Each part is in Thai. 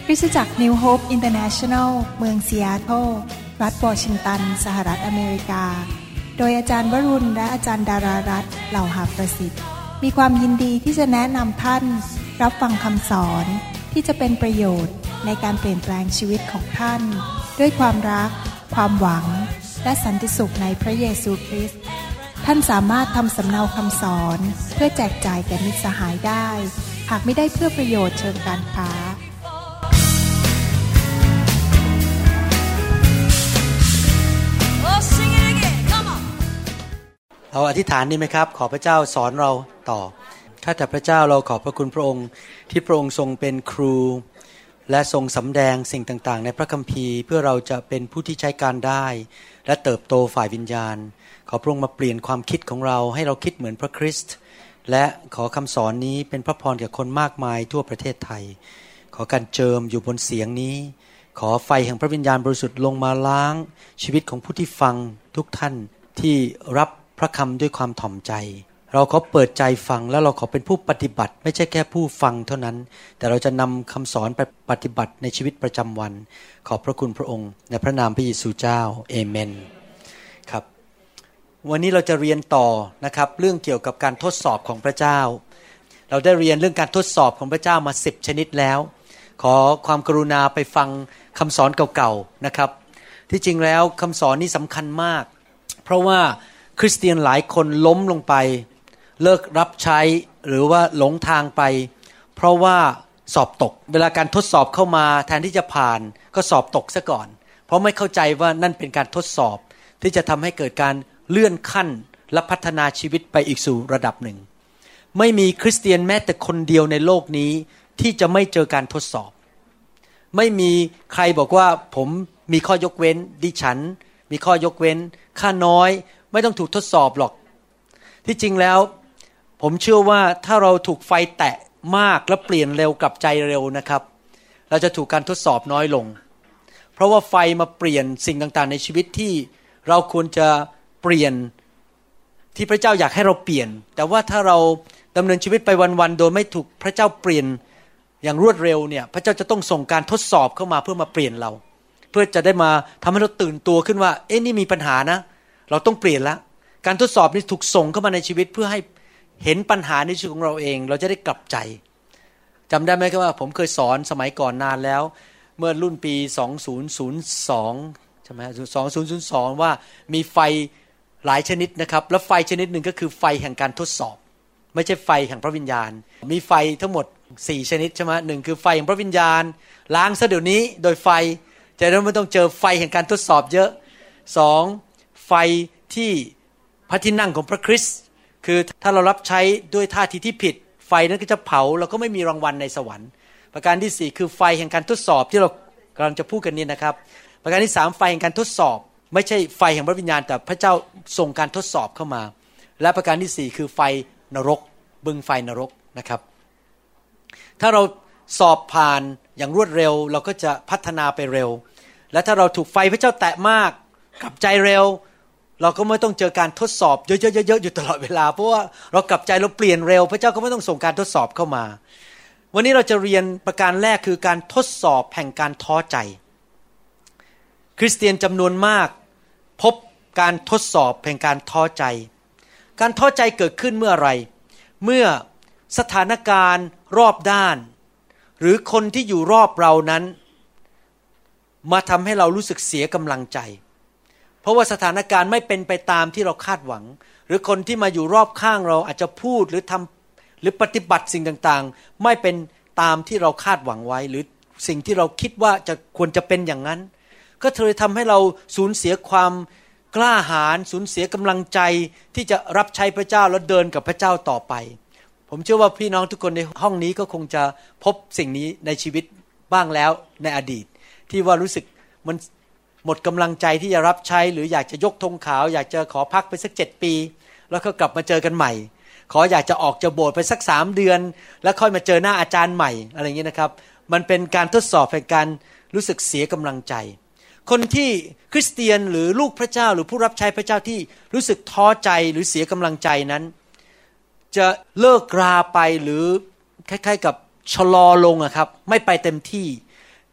ริสตจักร New Hope International เมืองซีแอตเทิลรัฐวอชิงตันสหรัฐอเมริกาโดยอาจารย์วรุณและอาจารย์ดารารัตน์เหล่าหาประสิทธิ์มีความยินดีที่จะแนะนำท่านรับฟังคำสอนที่จะเป็นประโยชน์ในการเปลี่ยนแปลงชีวิตของท่านด้วยความรักความหวังและสันติสุขในพระเยซูคริสต์ท่านสามารถทำสำเนาคำสอนเพื่อแจกจ่ายแก่มิตรสหายได้หากไม่ได้เพื่อประโยชน์เชิงการค้าเราอธิษฐานนี่ไหมครับขอพระเจ้าสอนเราต่อข้าแต่พระเจ้าเราขอบพระคุณพระองค์ที่พระองค์ทรงเป็นครูและทรงสำแดงสิ่งต่างๆในพระคัมภีร์เพื่อเราจะเป็นผู้ที่ใช้การได้และเติบโตฝ่ายวิญญาณขอพระองค์มาเปลี่ยนความคิดของเราให้เราคิดเหมือนพระคริสต์และขอคำสอนนี้เป็นพระพรแก่คนมากมายทั่วประเทศไทยขอการเจิมอยู่บนเสียงนี้ขอไฟแห่งพระวิญญาณบริสุทธิ์ลงมาล้างชีวิตของผู้ที่ฟังทุกท่านที่รับพระคำด้วยความถ่อมใจเราขอเปิดใจฟังแล้วเราขอเป็นผู้ปฏิบัติไม่ใช่แค่ผู้ฟังเท่านั้นแต่เราจะนำคำสอนไปปฏิบัติในชีวิตประจำวันขอบพระคุณพระองค์ในพระนามพระเยซูเจ้าเอเมนครับวันนี้เราจะเรียนต่อนะครับเรื่องเกี่ยวกับการทดสอบของพระเจ้าเราได้เรียนเรื่องการทดสอบของพระเจ้ามา10ชนิดแล้วขอความกรุณาไปฟังคำสอนเก่าๆนะครับที่จริงแล้วคำสอนนี้สำคัญมากเพราะว่าคริสเตียนหลายคนล้มลงไปเลิกรับใช้หรือว่าหลงทางไปเพราะว่าสอบตกเวลาการทดสอบเข้ามาแทนที่จะผ่านก็สอบตกซะก่อนเพราะไม่เข้าใจว่านั่นเป็นการทดสอบที่จะทำให้เกิดการเลื่อนขั้นและพัฒนาชีวิตไปอีกสู่ระดับหนึ่งไม่มีคริสเตียนแม้แต่คนเดียวในโลกนี้ที่จะไม่เจอการทดสอบไม่มีใครบอกว่าผมมีข้อยกเว้นดิฉันมีข้อยกเว้นข้าน้อยไม่ต้องถูกทดสอบหรอกที่จริงแล้วผมเชื่อว่าถ้าเราถูกไฟแตะมากและเปลี่ยนเร็วกลับใจเร็วนะครับเราจะถูกการทดสอบน้อยลงเพราะว่าไฟมาเปลี่ยนสิ่งต่างๆในชีวิตที่เราควรจะเปลี่ยนที่พระเจ้าอยากให้เราเปลี่ยนแต่ว่าถ้าเราดำเนินชีวิตไปวันๆโดยไม่ถูกพระเจ้าเปลี่ยนอย่างรวดเร็วเนี่ยพระเจ้าจะต้องส่งการทดสอบเข้ามาเพื่อมาเปลี่ยนเราเพื่อจะได้มาทำให้เราตื่นตัวขึ้นว่านี่มีปัญหานะเราต้องเปลี่ยนละการทดสอบนี้ถูกส่งเข้ามาในชีวิตเพื่อให้เห็นปัญหาในชีวิตของเราเองเราจะได้กลับใจจำได้ไหมครับว่าผมเคยสอนสมัยก่อนนานแล้วเมื่อรุ่นปี2002ใช่ไหม2002ว่ามีไฟหลายชนิดนะครับแล้วไฟชนิดหนึ่งก็คือไฟแห่งการทดสอบไม่ใช่ไฟแห่งพระวิญญาณมีไฟทั้งหมด4ชนิดใช่ไหมหนึ่งคือไฟแห่งพระวิญญาณล้างซะเดี๋ยวนี้โดยไฟจะได้ไม่ต้องเจอไฟแห่งการทดสอบเยอะ2ไฟที่พระที่นั่งของพระคริสต์คือถ้าเรารับใช้ด้วยท่าทีที่ผิดไฟนั้นก็จะเผาเราก็ไม่มีรางวัลในสวรรค์ประการที่4คือไฟแห่งการทดสอบที่เรากำลังจะพูดกันนี้นะครับประการที่3ไฟแห่งการทดสอบไม่ใช่ไฟแห่งพระวิญญาณแต่พระเจ้าส่งการทดสอบเข้ามาและประการที่4คือไฟนรกบึงไฟนรกนะครับถ้าเราสอบผ่านอย่างรวดเร็วเราก็จะพัฒนาไปเร็วและถ้าเราถูกไฟพระเจ้าแตะมากกลับใจเร็วเราก็ไม่ต้องเจอการทดสอบเยอะๆอยู่ตลอดเวลาเพราะว่าเรากลับใจเราเปลี่ยนเร็วพระเจ้าก็ไม่ต้องส่งการทดสอบเข้ามาวันนี้เราจะเรียนประการแรกคือการทดสอบแห่งการท้อใจคริสเตียนจำนวนมากพบการทดสอบแห่งการท้อใจการท้อใจเกิดขึ้นเมื่อไรเมื่อสถานการณ์รอบด้านหรือคนที่อยู่รอบเรานั้นมาทำให้เรารู้สึกเสียกำลังใจเพราะว่าสถานการณ์ไม่เป็นไปตามที่เราคาดหวังหรือคนที่มาอยู่รอบข้างเราอาจจะพูดหรือทำหรือปฏิบัติสิ่งต่างๆไม่เป็นตามที่เราคาดหวังไว้หรือสิ่งที่เราคิดว่าจะควรจะเป็นอย่างนั้นก็เลยทำให้เราสูญเสียความกล้าหาญสูญเสียกำลังใจที่จะรับใช้พระเจ้าและเดินกับพระเจ้าต่อไปผมเชื่อว่าพี่น้องทุกคนในห้องนี้ก็คงจะพบสิ่งนี้ในชีวิตบ้างแล้วในอดีตที่ว่ารู้สึกมันหมดกำลังใจที่จะรับใช้หรืออยากจะยกธงขาวอยากจะขอพักไปสัก7 ปีแล้วก็กลับมาเจอกันใหม่ขออยากจะออกจากโบสถ์ไปสัก3 เดือนแล้วค่อยมาเจอหน้าอาจารย์ใหม่อะไรอย่างนี้นะครับมันเป็นการทดสอบแห่งการรู้สึกเสียกำลังใจคนที่คริสเตียนหรือลูกพระเจ้าหรือผู้รับใช้พระเจ้าที่รู้สึกท้อใจหรือเสียกำลังใจนั้นจะเลิกราไปหรือคล้ายๆกับชะลอลงอะครับไม่ไปเต็มที่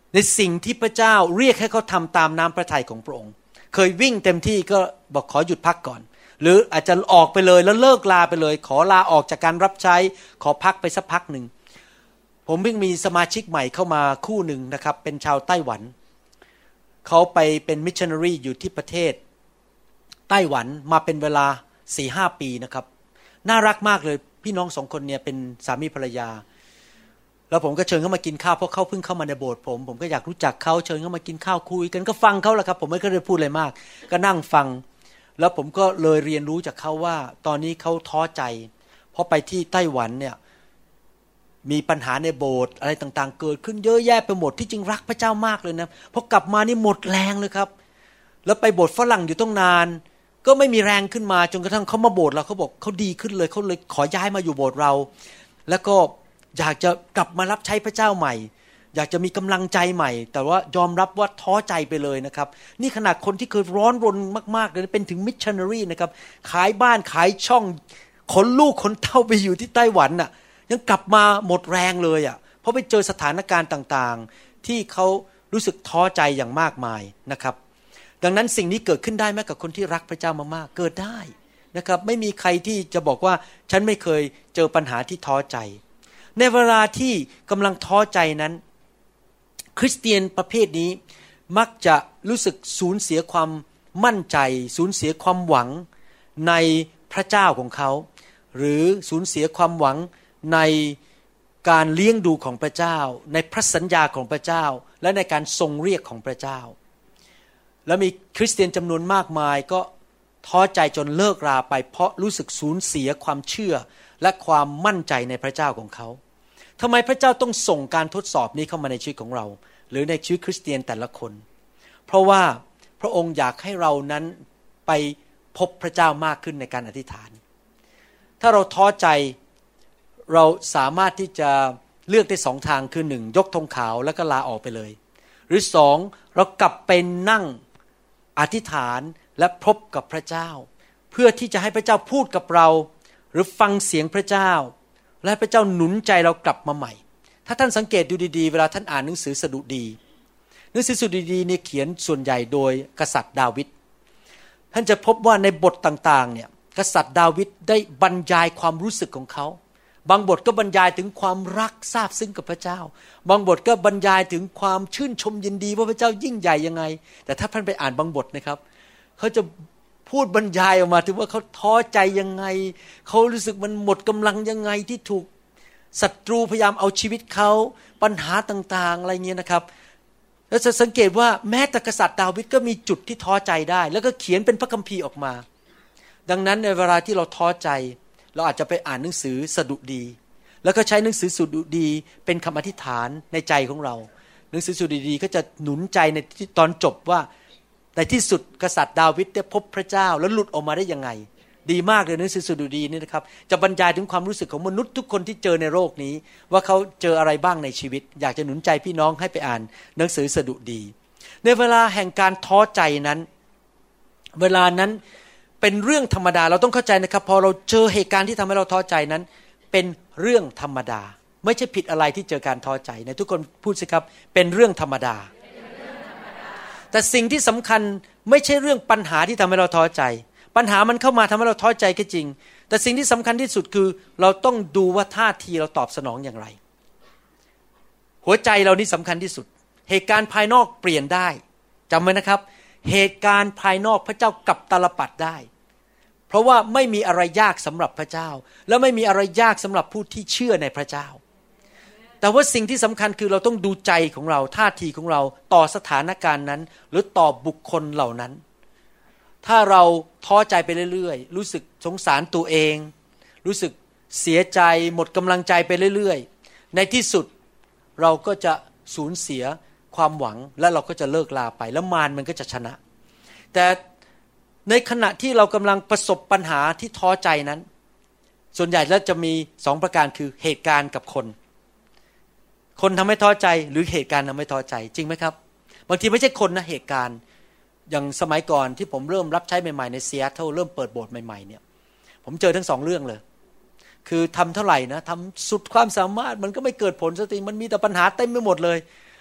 ในสิ่งที่พระเจ้าเรียกให้เขาทำตามน้ำพระทัยของพระองค์เคยวิ่งเต็มที่ก็บอกขอหยุดพักก่อนหรืออาจจะออกไปเลยแล้วเลิกลาไปเลยขอลาออกจากการรับใช้ขอพักไปสักพักหนึ่งผมเพิ่งมีสมาชิกใหม่เข้ามาคู่หนึ่งนะครับเป็นชาวไต้หวันเขาไปเป็นมิชชันนารีอยู่ที่ประเทศไต้หวันมาเป็นเวลา 4-5 ปีนะครับน่ารักมากเลยพี่น้อง2คนเนี่ยเป็นสามีภรรยาแล้วผมก็เชิญเขามากินข้าวเพราะเขาเพิ่งเข้ามาในโบสถ์ผมก็อยากรู้จักเขาเชิญเขามากินข้าวคุยกันก็ฟังเขาแหละครับผมไม่เคยได้พูดอะไรมากก็นั่งฟังแล้วผมก็เลยเรียนรู้จากเขาว่าตอนนี้เขาท้อใจเพราะไปที่ไต้หวันเนี่ยมีปัญหาในโบสถ์อะไรต่างๆเกิดขึ้นเยอะแยะไปหมดที่จริงรักพระเจ้ามากเลยนะพอกลับมานี่หมดแรงเลยครับแล้วไปโบสถ์ฝรั่งอยู่ต้องนานก็ไม่มีแรงขึ้นมาจนกระทั่งเขามาโบสถ์เราเขาบอกเขาดีขึ้นเลยเขาเลยขอย้ายมาอยู่โบสถ์เราแล้วก็อยากจะกลับมารับใช้พระเจ้าใหม่อยากจะมีกำลังใจใหม่แต่ว่ายอมรับว่าท้อใจไปเลยนะครับนี่ขนาดคนที่เคยร้อนรนมากๆเลยเป็นถึงมิชชันนารีนะครับขายบ้านขายช่องขนลูกขนเต้าไปอยู่ที่ไต้หวันน่ะยังกลับมาหมดแรงเลยอ่ะเพราะไปเจอสถานการณ์ต่างๆที่เขารู้สึกท้อใจอย่างมากมายนะครับดังนั้นสิ่งนี้เกิดขึ้นได้ไหมกับคนที่รักพระเจ้ามากๆเกิดได้นะครับไม่มีใครที่จะบอกว่าฉันไม่เคยเจอปัญหาที่ท้อใจในเวลาที่กำลังท้อใจนั้นคริสเตียนประเภทนี้มักจะรู้สึกสูญเสียความมั่นใจสูญเสียความหวังในพระเจ้าของเขาหรือสูญเสียความหวังในการเลี้ยงดูของพระเจ้าในพระสัญญาของพระเจ้าและในการทรงเรียกของพระเจ้าแล้วมีคริสเตียนจำนวนมากมายก็ท้อใจจนเลิกราไปเพราะรู้สึกสูญเสียความเชื่อและความมั่นใจในพระเจ้าของเขาทำไมพระเจ้าต้องส่งการทดสอบนี้เข้ามาในชีวิตของเราหรือในชีวิตคริสเตียนแต่ละคนเพราะว่าพระองค์อยากให้เรานั้นไปพบพระเจ้ามากขึ้นในการอธิษฐานถ้าเราท้อใจเราสามารถที่จะเลือกได้2 ทางคือ1ยกธงขาวแล้วก็ลาออกไปเลยหรือ2เรากลับไปนั่งอธิษฐานและพบกับพระเจ้าเพื่อที่จะให้พระเจ้าพูดกับเราหรือฟังเสียงพระเจ้าและพระเจ้าหนุนใจเรากลับมาใหม่ถ้าท่านสังเกตดูดีๆเวลาท่านอ่านหนังสือสดุดีหนังสือสดุดีเนี่ยเขียนส่วนใหญ่โดยกษัตริย์ดาวิดท่านจะพบว่าในบทต่างๆเนี่ยกษัตริย์ดาวิดได้บรรยายความรู้สึกของเขาบางบทก็บรรยายถึงความรักซาบซึ้งกับพระเจ้าบางบทก็บรรยายถึงความชื่นชมยินดีว่าพระเจ้ายิ่งใหญ่ยังไงแต่ถ้าท่านไปอ่านบางบทนะครับเขาจะพูดบรรยายออกมาถึงว่าเขาท้อใจยังไงเขารู้สึกมันหมดกำลังยังไงที่ถูกศัตรูพยายามเอาชีวิตเขาปัญหาต่างๆอะไรเงี้ยนะครับแล้วจะสังเกตว่าแม้แต่กษัตริย์ดาวิดก็มีจุดที่ท้อใจได้แล้วก็เขียนเป็นพระคัมภีร์ออกมาดังนั้นในเวลาที่เราท้อใจเราอาจจะไปอ่านหนังสือสดุดีแล้วก็ใช้หนังสือสดุดีเป็นคำอธิษฐานในใจของเราหนังสือสดุดีก็จะหนุนใจในตอนจบว่าในที่สุดกษัตริย์ดาวิดได้พบพระเจ้าแล้วหลุดออกมาได้ยังไงดีมากเลยหนังสือสดุดีนี่นะครับจะบรรยายถึงความรู้สึกของมนุษย์ทุกคนที่เจอในโลกนี้ว่าเขาเจออะไรบ้างในชีวิตอยากจะหนุนใจพี่น้องให้ไปอ่านหนังสือสดุดีในเวลาแห่งการท้อใจนั้นเวลานั้นเป็นเรื่องธรรมดาเราต้องเข้าใจนะครับพอเราเจอเหตุการณ์ที่ทำให้เราท้อใจนั้นเป็นเรื่องธรรมดาไม่ใช่ผิดอะไรที่เจอการท้อใจในทุกคนพูดสิครับเป็นเรื่องธรรมดาแต่สิ่งที่สำคัญไม่ใช่เรื่องปัญหาที่ทำให้เราท้อใจปัญหามันเข้ามาทำให้เราท้อใจก็จริงแต่สิ่งที่สำคัญที่สุดคือเราต้องดูว่าท่าทีเราตอบสนองอย่างไรหัวใจเรานี่สำคัญที่สุดเหตุการณ์ภายนอกเปลี่ยนได้จำไว้นะครับเหตุการณ์ภายนอกพระเจ้ากลับตาลปัดได้เพราะว่าไม่มีอะไรยากสำหรับพระเจ้าและไม่มีอะไรยากสำหรับผู้ที่เชื่อในพระเจ้าแต่ว่าสิ่งที่สำคัญคือเราต้องดูใจของเราท่าทีของเราต่อสถานการณ์นั้นหรือต่อบุคคลเหล่านั้นถ้าเราท้อใจไปเรื่อยๆรู้สึกสงสารตัวเองรู้สึกเสียใจหมดกำลังใจไปเรื่อยๆในที่สุดเราก็จะสูญเสียความหวังและเราก็จะเลิกลาไปแล้วมารมันก็จะชนะแต่ในขณะที่เรากำลังประสบปัญหาที่ท้อใจนั้นส่วนใหญ่แล้วจะมี2ประการคือเหตุการณ์กับคนทำให้ท้อใจหรือเหตุการณ์ทำให้ท้อใจจริงไหมครับบางทีไม่ใช่คนนะเหตุการณ์อย่างสมัยก่อนที่ผมเริ่มรับใช้ใหม่ๆในซีแอตเทิลเริ่มเปิดโบสถ์ใหม่ๆเนี่ยผมเจอทั้ง2เรื่องเลยคือทำเท่าไหร่นะทำสุดความสามารถมันก็ไม่เกิดผลสักทีมันมีแต่ปัญหาเต็มไปหมดเลย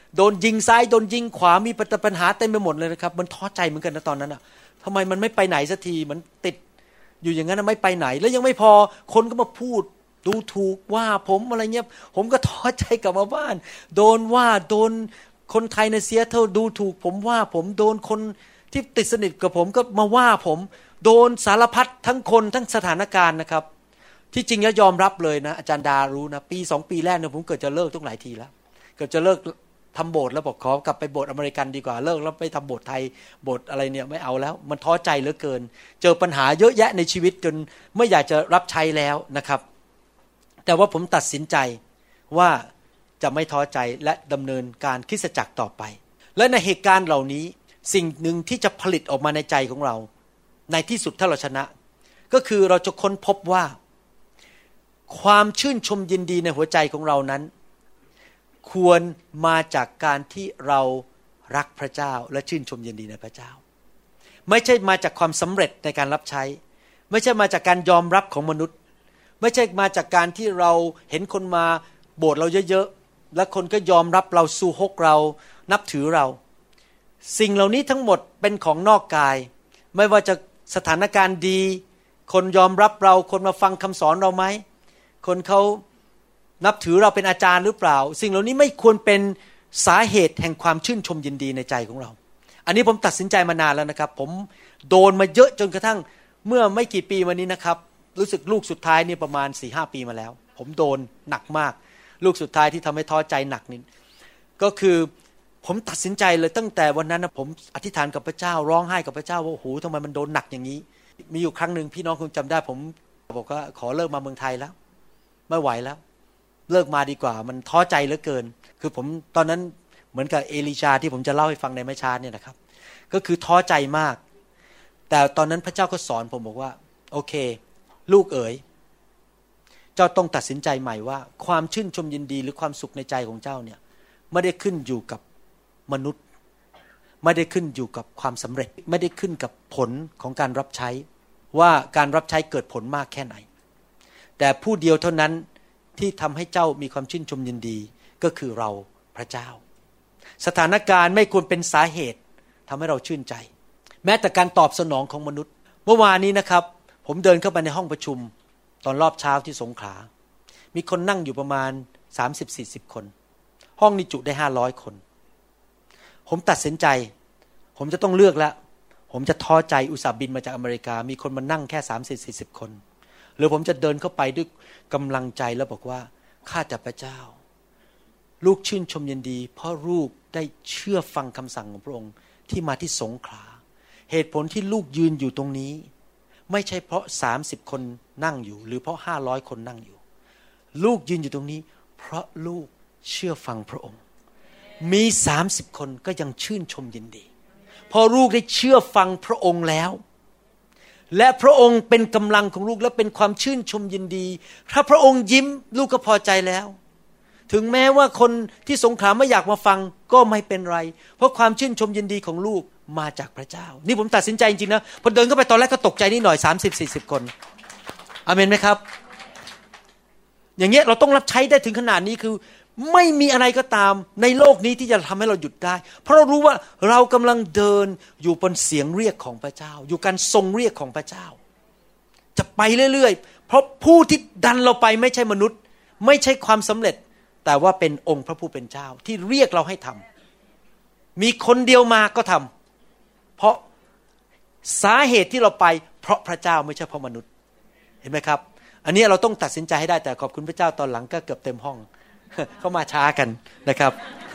โดนยิงซ้ายโดนยิงขวามีปัญหาเต็มไปหมดเลยนะครับมันท้อใจเหมือนกันนะตอนนั้นอ่ะทำไมมันไม่ไปไหนสักทีมันติดอยู่อย่างนั้นไม่ไปไหนแล้วยังไม่พอคนก็มาพูดดูถูกว่าผมอะไรเงี้ยผมก็ท้อใจกลับมาบ้านโดนว่าโดนคนไทยในซีแอตเทิลดูถูกผมว่าผมโดนคนที่ติดสนิทกับผมก็มาว่าผมโดนสารพัดทั้งคนทั้งสถานการณ์นะครับที่จริงแล้วยอมรับเลยนะอาจารย์ดารู้นะปี2ปีแรกเนี่ยผมเกิดจะเลิกต้องหลายทีแล้วเกิดจะเลิกทำโบสถ์แล้วบอกขอกลับไปโบสถ์อเมริกันดีกว่าเลิกแล้วไปทำโบสถ์ไทยโบสถ์อะไรเนี่ยไม่เอาแล้วมันท้อใจเหลือเกินเจอปัญหาเยอะแยะในชีวิตจนไม่อยากจะรับใช้แล้วนะครับแต่ว่าผมตัดสินใจว่าจะไม่ท้อใจและดำเนินการคริสตจักรต่อไปและในเหตุการณ์เหล่านี้สิ่งหนึ่งที่จะผลิตออกมาในใจของเราในที่สุดถ้าเราชนะก็คือเราจะค้นพบว่าความชื่นชมยินดีในหัวใจของเรานั้นควรมาจากการที่เรารักพระเจ้าและชื่นชมยินดีในพระเจ้าไม่ใช่มาจากความสำเร็จในการรับใช้ไม่ใช่มาจากการยอมรับของมนุษย์ไม่ใช่มาจากการที่เราเห็นคนมาโบสถ์เราเยอะๆและคนก็ยอมรับเราสู้ฮกเรานับถือเราสิ่งเหล่านี้ทั้งหมดเป็นของนอกกายไม่ว่าจะสถานการณ์ดีคนยอมรับเราคนมาฟังคำสอนเราไหมคนเขานับถือเราเป็นอาจารย์หรือเปล่าสิ่งเหล่านี้ไม่ควรเป็นสาเหตุแห่งความชื่นชมยินดีในใจของเราอันนี้ผมตัดสินใจมานานแล้วนะครับผมโดนมาเยอะจนกระทั่งเมื่อไม่กี่ปีมานี้นะครับรู้สึกลูกสุดท้ายนี่ประมาณ 4-5 ปีมาแล้วผมโดนหนักมากลูกสุดท้ายที่ทำให้ท้อใจหนักนี่ก็คือผมตัดสินใจเลยตั้งแต่วันนั้นนะผมอธิษฐานกับพระเจ้าร้องไห้กับพระเจ้าว่าโอ้โหทำไมมันโดนหนักอย่างนี้มีอยู่ครั้งนึงพี่น้องคงจำได้ผมบอกว่าขอเลิกมาเมืองไทยแล้วไม่ไหวแล้วเลิกมาดีกว่ามันท้อใจเหลือเกินคือผมตอนนั้นเหมือนกับเอลีชาที่ผมจะเล่าให้ฟังในไม่ช้าเนี่ยนะครับก็คือท้อใจมากแต่ตอนนั้นพระเจ้าก็สอนผมบอกว่าโอเคลูกเอ๋ยเจ้าต้องตัดสินใจใหม่ว่าความชื่นชมยินดีหรือความสุขในใจของเจ้าเนี่ยไม่ได้ขึ้นอยู่กับมนุษย์ไม่ได้ขึ้นอยู่กับความสำเร็จไม่ได้ขึ้นกับผลของการรับใช้ว่าการรับใช้เกิดผลมากแค่ไหนแต่ผู้เดียวเท่านั้นที่ทำให้เจ้ามีความชื่นชมยินดีก็คือเราพระเจ้าสถานการณ์ไม่ควรเป็นสาเหตุทำให้เราชื่นใจแม้แต่การตอบสนองของมนุษย์เมื่อวานนี้นะครับผมเดินเข้าไปในห้องประชุมตอนรอบเช้าที่สงขลามีคนนั่งอยู่ประมาณ 30-40 คนห้องนี้จุได้500คนผมตัดสินใจผมจะต้องเลือกแล้วผมจะท้อใจอุตส่าห์บินมาจากอเมริกามีคนมานั่งแค่ 30-40 คนหรือผมจะเดินเข้าไปด้วยกำลังใจแล้วบอกว่าข้าแต่พระเจ้าลูกชื่นชมยินดีเพราะลูกได้เชื่อฟังคำสั่งของพระองค์ที่มาที่สงขลาเหตุผลที่ลูกยืนอยู่ตรงนี้ไม่ใช่เพราะ30คนนั่งอยู่หรือเพราะ500คนนั่งอยู่ลูกยืนอยู่ตรงนี้เพราะลูกเชื่อฟังพระองค์มี30คนก็ยังชื่นชมยินดีเพราะลูกได้เชื่อฟังพระองค์แล้วและพระองค์เป็นกำลังของลูกและเป็นความชื่นชมยินดีถ้าพระองค์ยิ้มลูกก็พอใจแล้วถึงแม้ว่าคนที่สงขลาไม่อยากมาฟังก็ไม่เป็นไรเพราะความชื่นชมยินดีของลูกมาจากพระเจ้านี่ผมตัดสินใจจริงๆนะพอเดินเข้าไปตอนแรกก็ตกใจนิดหน่อย 30-40 คนอาเมนไหมครับอย่างเงี้ยเราต้องรับใช้ได้ถึงขนาดนี้คือไม่มีอะไรก็ตามในโลกนี้ที่จะทำให้เราหยุดได้เพราะเรารู้ว่าเรากำลังเดินอยู่บนเสียงเรียกของพระเจ้าอยู่การทรงเรียกของพระเจ้าจะไปเรื่อยๆเพราะผู้ที่ดันเราไปไม่ใช่มนุษย์ไม่ใช่ความสำเร็จแต่ว่าเป็นองค์พระผู้เป็นเจ้าที่เรียกเราให้ทำมีคนเดียวมาก็ทำเพราะสาเหตุที่เราไปเพราะพระเจ้าไม่ใช่เพราะมนุษย์เห็นไหมครับอันนี้เราต้องตัดสินใจให้ได้แต่ขอบคุณพระเจ้าตอนหลังก็เกือบเต็มห้องเข้ามาช้ากันนะครับ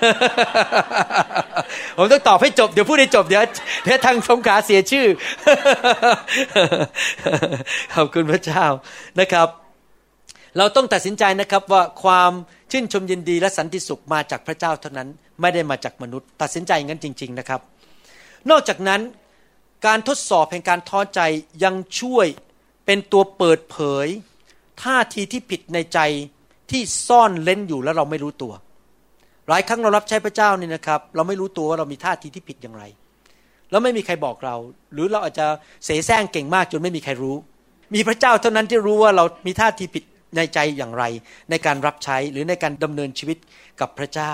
ผมต้องตอบให้จบเดี๋ยวพูดให้จบเดี๋ยวทางสงขลาเสียชื่อ ขอบคุณพระเจ้านะครับเราต้องตัดสินใจนะครับว่าความชื่นชมยินดีและสันติสุขมาจากพระเจ้าเท่านั้นไม่ได้มาจากมนุษย์ตัดสินใจอย่างนั้นจริงๆนะครับนอกจากนั้นการทดสอบแห่งการท้อใจยังช่วยเป็นตัวเปิดเผยท่าทีที่ผิดในใจที่ซ่อนเร้นอยู่แล้วเราไม่รู้ตัวหลายครั้งเรารับใช้พระเจ้านี่นะครับเราไม่รู้ตัวว่าเรามีท่าทีที่ผิดอย่างไรแล้วไม่มีใครบอกเราหรือเราอาจจะเสแสร้งเก่งมากจนไม่มีใครรู้มีพระเจ้าเท่านั้นที่รู้ว่าเรามีท่าทีผิดในใจอย่างไรในการรับใช้หรือในการดำเนินชีวิตกับพระเจ้า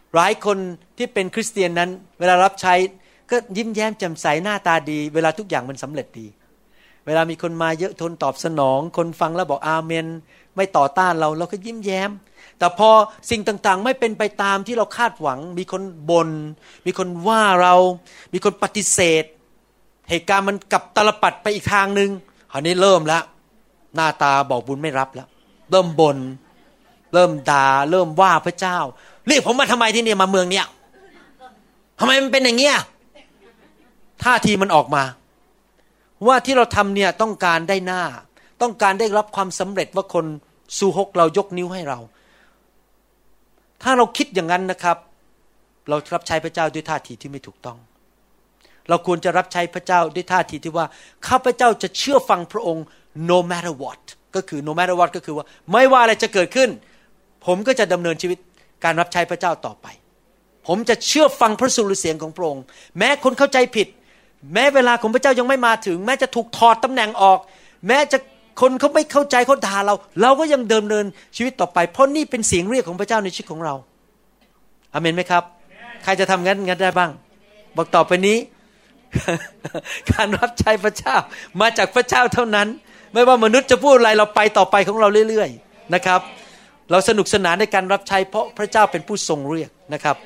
หลายคนที่เป็นคริสเตียนนั้นเวลารับใช้ก็ยิ้มแย้มแจ่มใสหน้าตาดีเวลาทุกอย่างมันสำเร็จดีเวลามีคนมาเยอะทนตอบสนองคนฟังแล้วบอกอาเมนไม่ต่อต้านเราก็ยิ้มแย้มแต่พอสิ่งต่างๆไม่เป็นไปตามที่เราคาดหวังมีคนบ่นมีคนว่าเรามีคนปฏิเสธเหตุการณ์มันกลับตลปัดไปอีกทางนึงคราวนี้เริ่มแล้วหน้าตาบอกบุญไม่รับแล้วเริ่มบ่นเริ่มด่าเริ่มว่าพระเจ้าเรียกผมมาทำไมที่นี่มาเมืองเนี้ยทำไมมันเป็นอย่างเงี้ยท่าทีมันออกมาว่าที่เราทำเนี่ยต้องการได้หน้าต้องการได้รับความสำเร็จว่าคนซูฮกเรายกนิ้วให้เราถ้าเราคิดอย่างนั้นนะครับเรารับใช้พระเจ้าด้วยท่าทีที่ไม่ถูกต้องเราควรจะรับใช้พระเจ้าด้วยท่าทีที่ว่าข้าพเจ้าจะเชื่อฟังพระองค์ no matter what ก็คือ no matter what ก็คือว่าไม่ว่าอะไรจะเกิดขึ้นผมก็จะดำเนินชีวิตการรับใช้พระเจ้าต่อไปผมจะเชื่อฟังพระสุรเสียงของพระองค์แม้คนเข้าใจผิดแม้เวลาของพระเจ้ายังไม่มาถึงแม้จะถูกถอดตำแหน่งออกแม้จะคนเขาไม่เข้าใจเขาด่าเราก็ยังดำเนินชีวิตต่อไปเพราะนี่เป็นเสียงเรียกของพระเจ้าในชีวิตของเราอาเมนไหมครับใครจะทำงั้นได้บ้างบอกต่อไปนี้ การรับใช้พระเจ้ามาจากพระเจ้าเท่านั้นไม่ว่ามนุษย์จะพูดอะไรเราไปต่อไปของเราเรื่อยๆนะครับเราสนุกสนานในการรับใช้เพราะพระเจ้าเป็นผู้ทรงเรียกนะครับ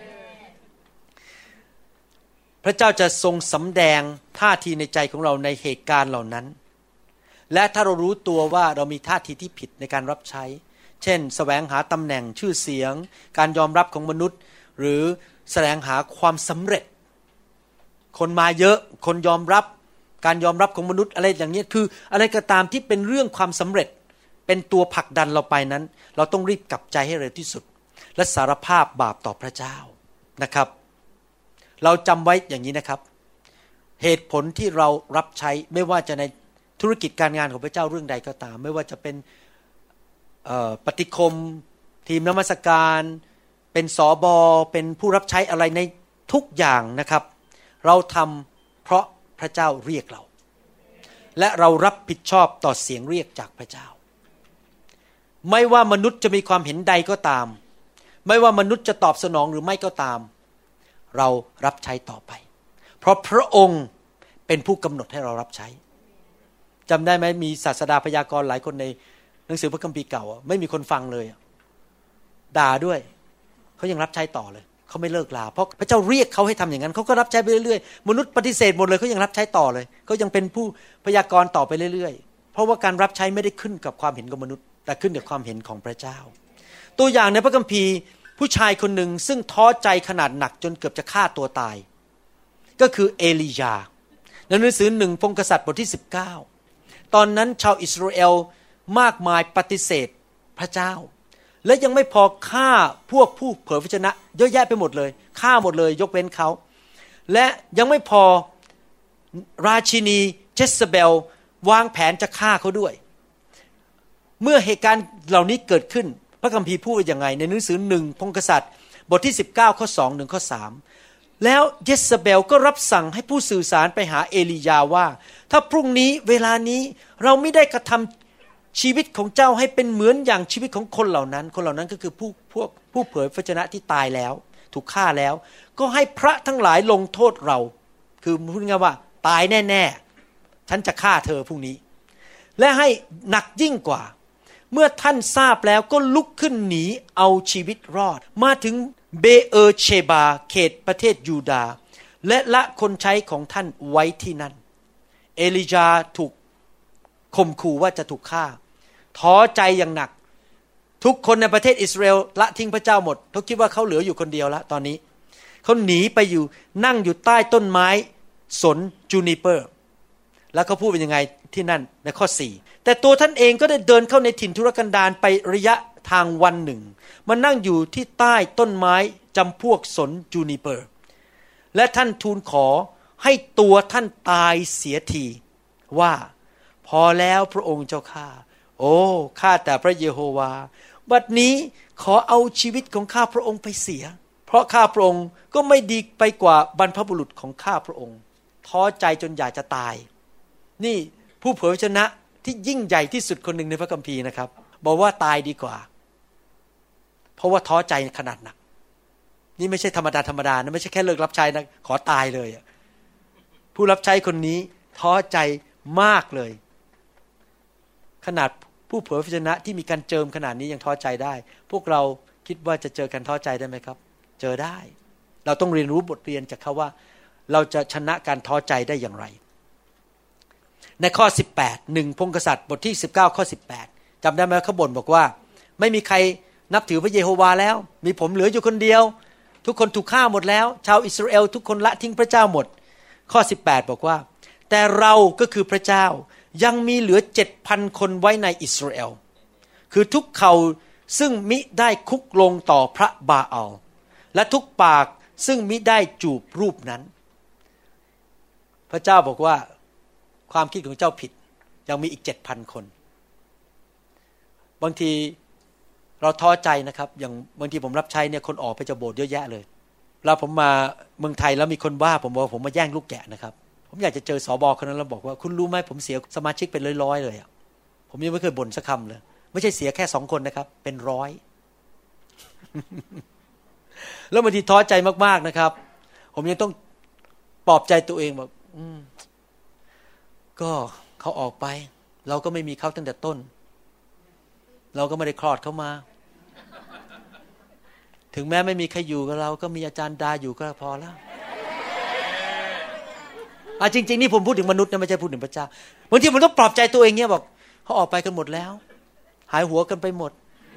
พระเจ้าจะทรงสำแดงท่าทีในใจของเราในเหตุการณ์เหล่านั้นและถ้าเรารู้ตัวว่าเรามีท่าทีที่ผิดในการรับใช้เช่นแสวงหาตำแหน่งชื่อเสียงการยอมรับของมนุษย์หรือแสวงหาความสำเร็จคนมาเยอะคนยอมรับการยอมรับของมนุษย์อะไรอย่างนี้คืออะไรก็ตามที่เป็นเรื่องความสำเร็จเป็นตัวผลักดันเราไปนั้นเราต้องรีบกลับใจให้เร็วที่สุดและสารภาพบาปต่อพระเจ้านะครับเราจำไว้อย่างนี้นะครับเหตุผลที่เรารับใช้ไม่ว่าจะในธุรกิจการงานของพระเจ้าเรื่องใดก็ตามไม่ว่าจะเป็นปฏิคมทีมนมัสการเป็นสบเป็นผู้รับใช้อะไรในทุกอย่างนะครับเราทำเพราะพระเจ้าเรียกเราและเรารับผิดชอบต่อเสียงเรียกจากพระเจ้าไม่ว่ามนุษย์จะมีความเห็นใดก็ตามไม่ว่ามนุษย์จะตอบสนองหรือไม่ก็ตามเรารับใช้ต่อไปเพราะพระองค์เป็นผู้กำหนดให้เรารับใช้จำได้ไหมมีศาสดาพยากรณ์หลายคนในหนังสือพระคัมภีร์เก่าไม่มีคนฟังเลยด่าด้วยเขายังรับใช้ต่อเลยเขาไม่เลิกลาเพราะพระเจ้าเรียกเขาให้ทำอย่างนั้นเขาก็รับใช้ไปเรื่อยๆมนุษย์ปฏิเสธหมดเลยเขายังรับใช้ต่อเลยเขายังเป็นผู้พยากรณ์ต่อไปเรื่อยๆเพราะว่าการรับใช้ไม่ได้ขึ้นกับความเห็นของมนุษย์แต่ขึ้นกับความเห็นของพระเจ้าตัวอย่างในพระคัมภีร์ผู้ชายคนหนึ่งซึ่งท้อใจขนาดหนักจนเกือบจะฆ่าตัวตายก็คือเอลียาในหนังสือ1พงศ์กษัตริย์บทที่19ตอนนั้นชาวอิสราเอลมากมายปฏิเสธพระเจ้าและยังไม่พอฆ่าพวกผู้เผยพระชนะเยอะแยะไปหมดเลยฆ่าหมดเลยยกเว้นเขาและยังไม่พอราชินีเจสเบลวางแผนจะฆ่าเขาด้วยเมื่อเหตุการณ์เหล่านี้เกิดขึ้นพระคัมภีร์พูดว่าอย่างไงในหนังสือ1พงศ์กษัตริย์บทที่19ข้อ2ถึงข้อ3แล้วเยซาเบลก็รับสั่งให้ผู้สื่อสารไปหาเอลียาว่าถ้าพรุ่งนี้เวลานี้เราไม่ได้กระทำชีวิตของเจ้าให้เป็นเหมือนอย่างชีวิตของคนเหล่านั้นก็คือผู้เผยพระชนะที่ตายแล้วถูกฆ่าแล้วก็ให้พระทั้งหลายลงโทษเราคือพูดง่ายว่าตายแน่ๆฉันจะฆ่าเธอพรุ่งนี้และให้หนักยิ่งกว่าเมื่อท่านทราบแล้วก็ลุกขึ้นหนีเอาชีวิตรอดมาถึงเบเออเชบาเขตประเทศยูดาห์และละคนใช้ของท่านไว้ที่นั่นเอลียาถูกข่มขู่ว่าจะถูกฆ่าท้อใจอย่างหนักทุกคนในประเทศอิสราเอลละทิ้งพระเจ้าหมดเขาคิดว่าเขาเหลืออยู่คนเดียวแล้วตอนนี้เขาหนีไปอยู่นั่งอยู่ใต้ต้นไม้สนจูนิเปอร์แล้วเขาพูดเป็นยังไงที่นั่นในข้อ4แต่ตัวท่านเองก็ได้เดินเข้าในถิ่นทุรกันดารไประยะทางวันหนึ่งมานั่งอยู่ที่ใต้ต้นไม้จำพวกสนจูนิเปอร์และท่านทูลขอให้ตัวท่านตายเสียทีว่าพอแล้วพระองค์เจ้าข้าโอ้ข้าแต่พระเยโฮวาบัดนี้ขอเอาชีวิตของข้าพระองค์ไปเสียเพราะข้าพระองค์ก็ไม่ดีไปกว่าบรรพบุรุษของข้าพระองค์ท้อใจจนอยากจะตายนี่ผู้เผยพระชนะที่ยิ่งใหญ่ที่สุดคนหนึ่งในพระคัมภีร์นะครับบอกว่าตายดีกว่าเพราะว่าท้อใจขนาดหนักนี่ไม่ใช่ธรรมดานะไม่ใช่แค่เลิกรับใช้นะขอตายเลยผู้รับใช้คนนี้ท้อใจมากเลยขนาดผู้เผยพระวจนะที่มีการเจิมขนาดนี้ยังท้อใจได้พวกเราคิดว่าจะเจอการท้อใจได้ไหมครับเจอได้เราต้องเรียนรู้บทเรียนจากเขาว่าเราจะชนะการท้อใจได้อย่างไรในข้อ18 1พงศ์กษัตริย์บทที่19ข้อ18จำได้ไหมเขาบ่นบอกว่าไม่มีใครนับถือพระเยโฮวาแล้วมีผมเหลืออยู่คนเดียวทุกคนถูกฆ่าหมดแล้วชาวอิสราเอลทุกคนละทิ้งพระเจ้าหมดข้อ18บอกว่าแต่เราก็คือพระเจ้ายังมีเหลือ 7,000 คนไว้ในอิสราเอลคือทุกเขาซึ่งมิได้คุกลงต่อพระบาอัลและทุกปากซึ่งมิได้จูบรูปนั้นพระเจ้าบอกว่าความคิดของเจ้าผิดยังมีอีก 7,000 คนบางทีเราท้อใจนะครับอย่างบางทีผมรับใช้เนี่ยคนออกไปจากโบสถ์เยอะแยะเลยแล้วผมมาเมืองไทยแล้วมีคนว่าผมบอกผมมาแย่งลูกแกะนะครับผมอยากจะเจอสบคนนั้นแล้วบอกว่าคุณรู้ไหมผมเสียสมาชิกเป็นร้อยๆเลยอ่ะผมยังไม่เคยบ่นสักคำเลยไม่ใช่เสียแค่2 คนนะครับเป็นร้อย แล้วบางทีท้อใจมากๆนะครับผมยังต้องปลอบใจตัวเองบอกก็เขาออกไปเราก็ไม่มีเขาตั้งแต่ต้นเราก็ไม่ได้คลอดเขามาถึงแม้ไม่มีใครอยู่กับเราก็มีอาจารย์ดาอยู่ก็พอแล้วจริงๆนี่ผมพูดถึงมนุษย์นะไม่ใช่พูดถึงพระเจ้าบางทีผมต้องปลอบใจตัวเองเนี่ยบอกเขาออกไปกันหมดแล้วหายหัวกันไปหมด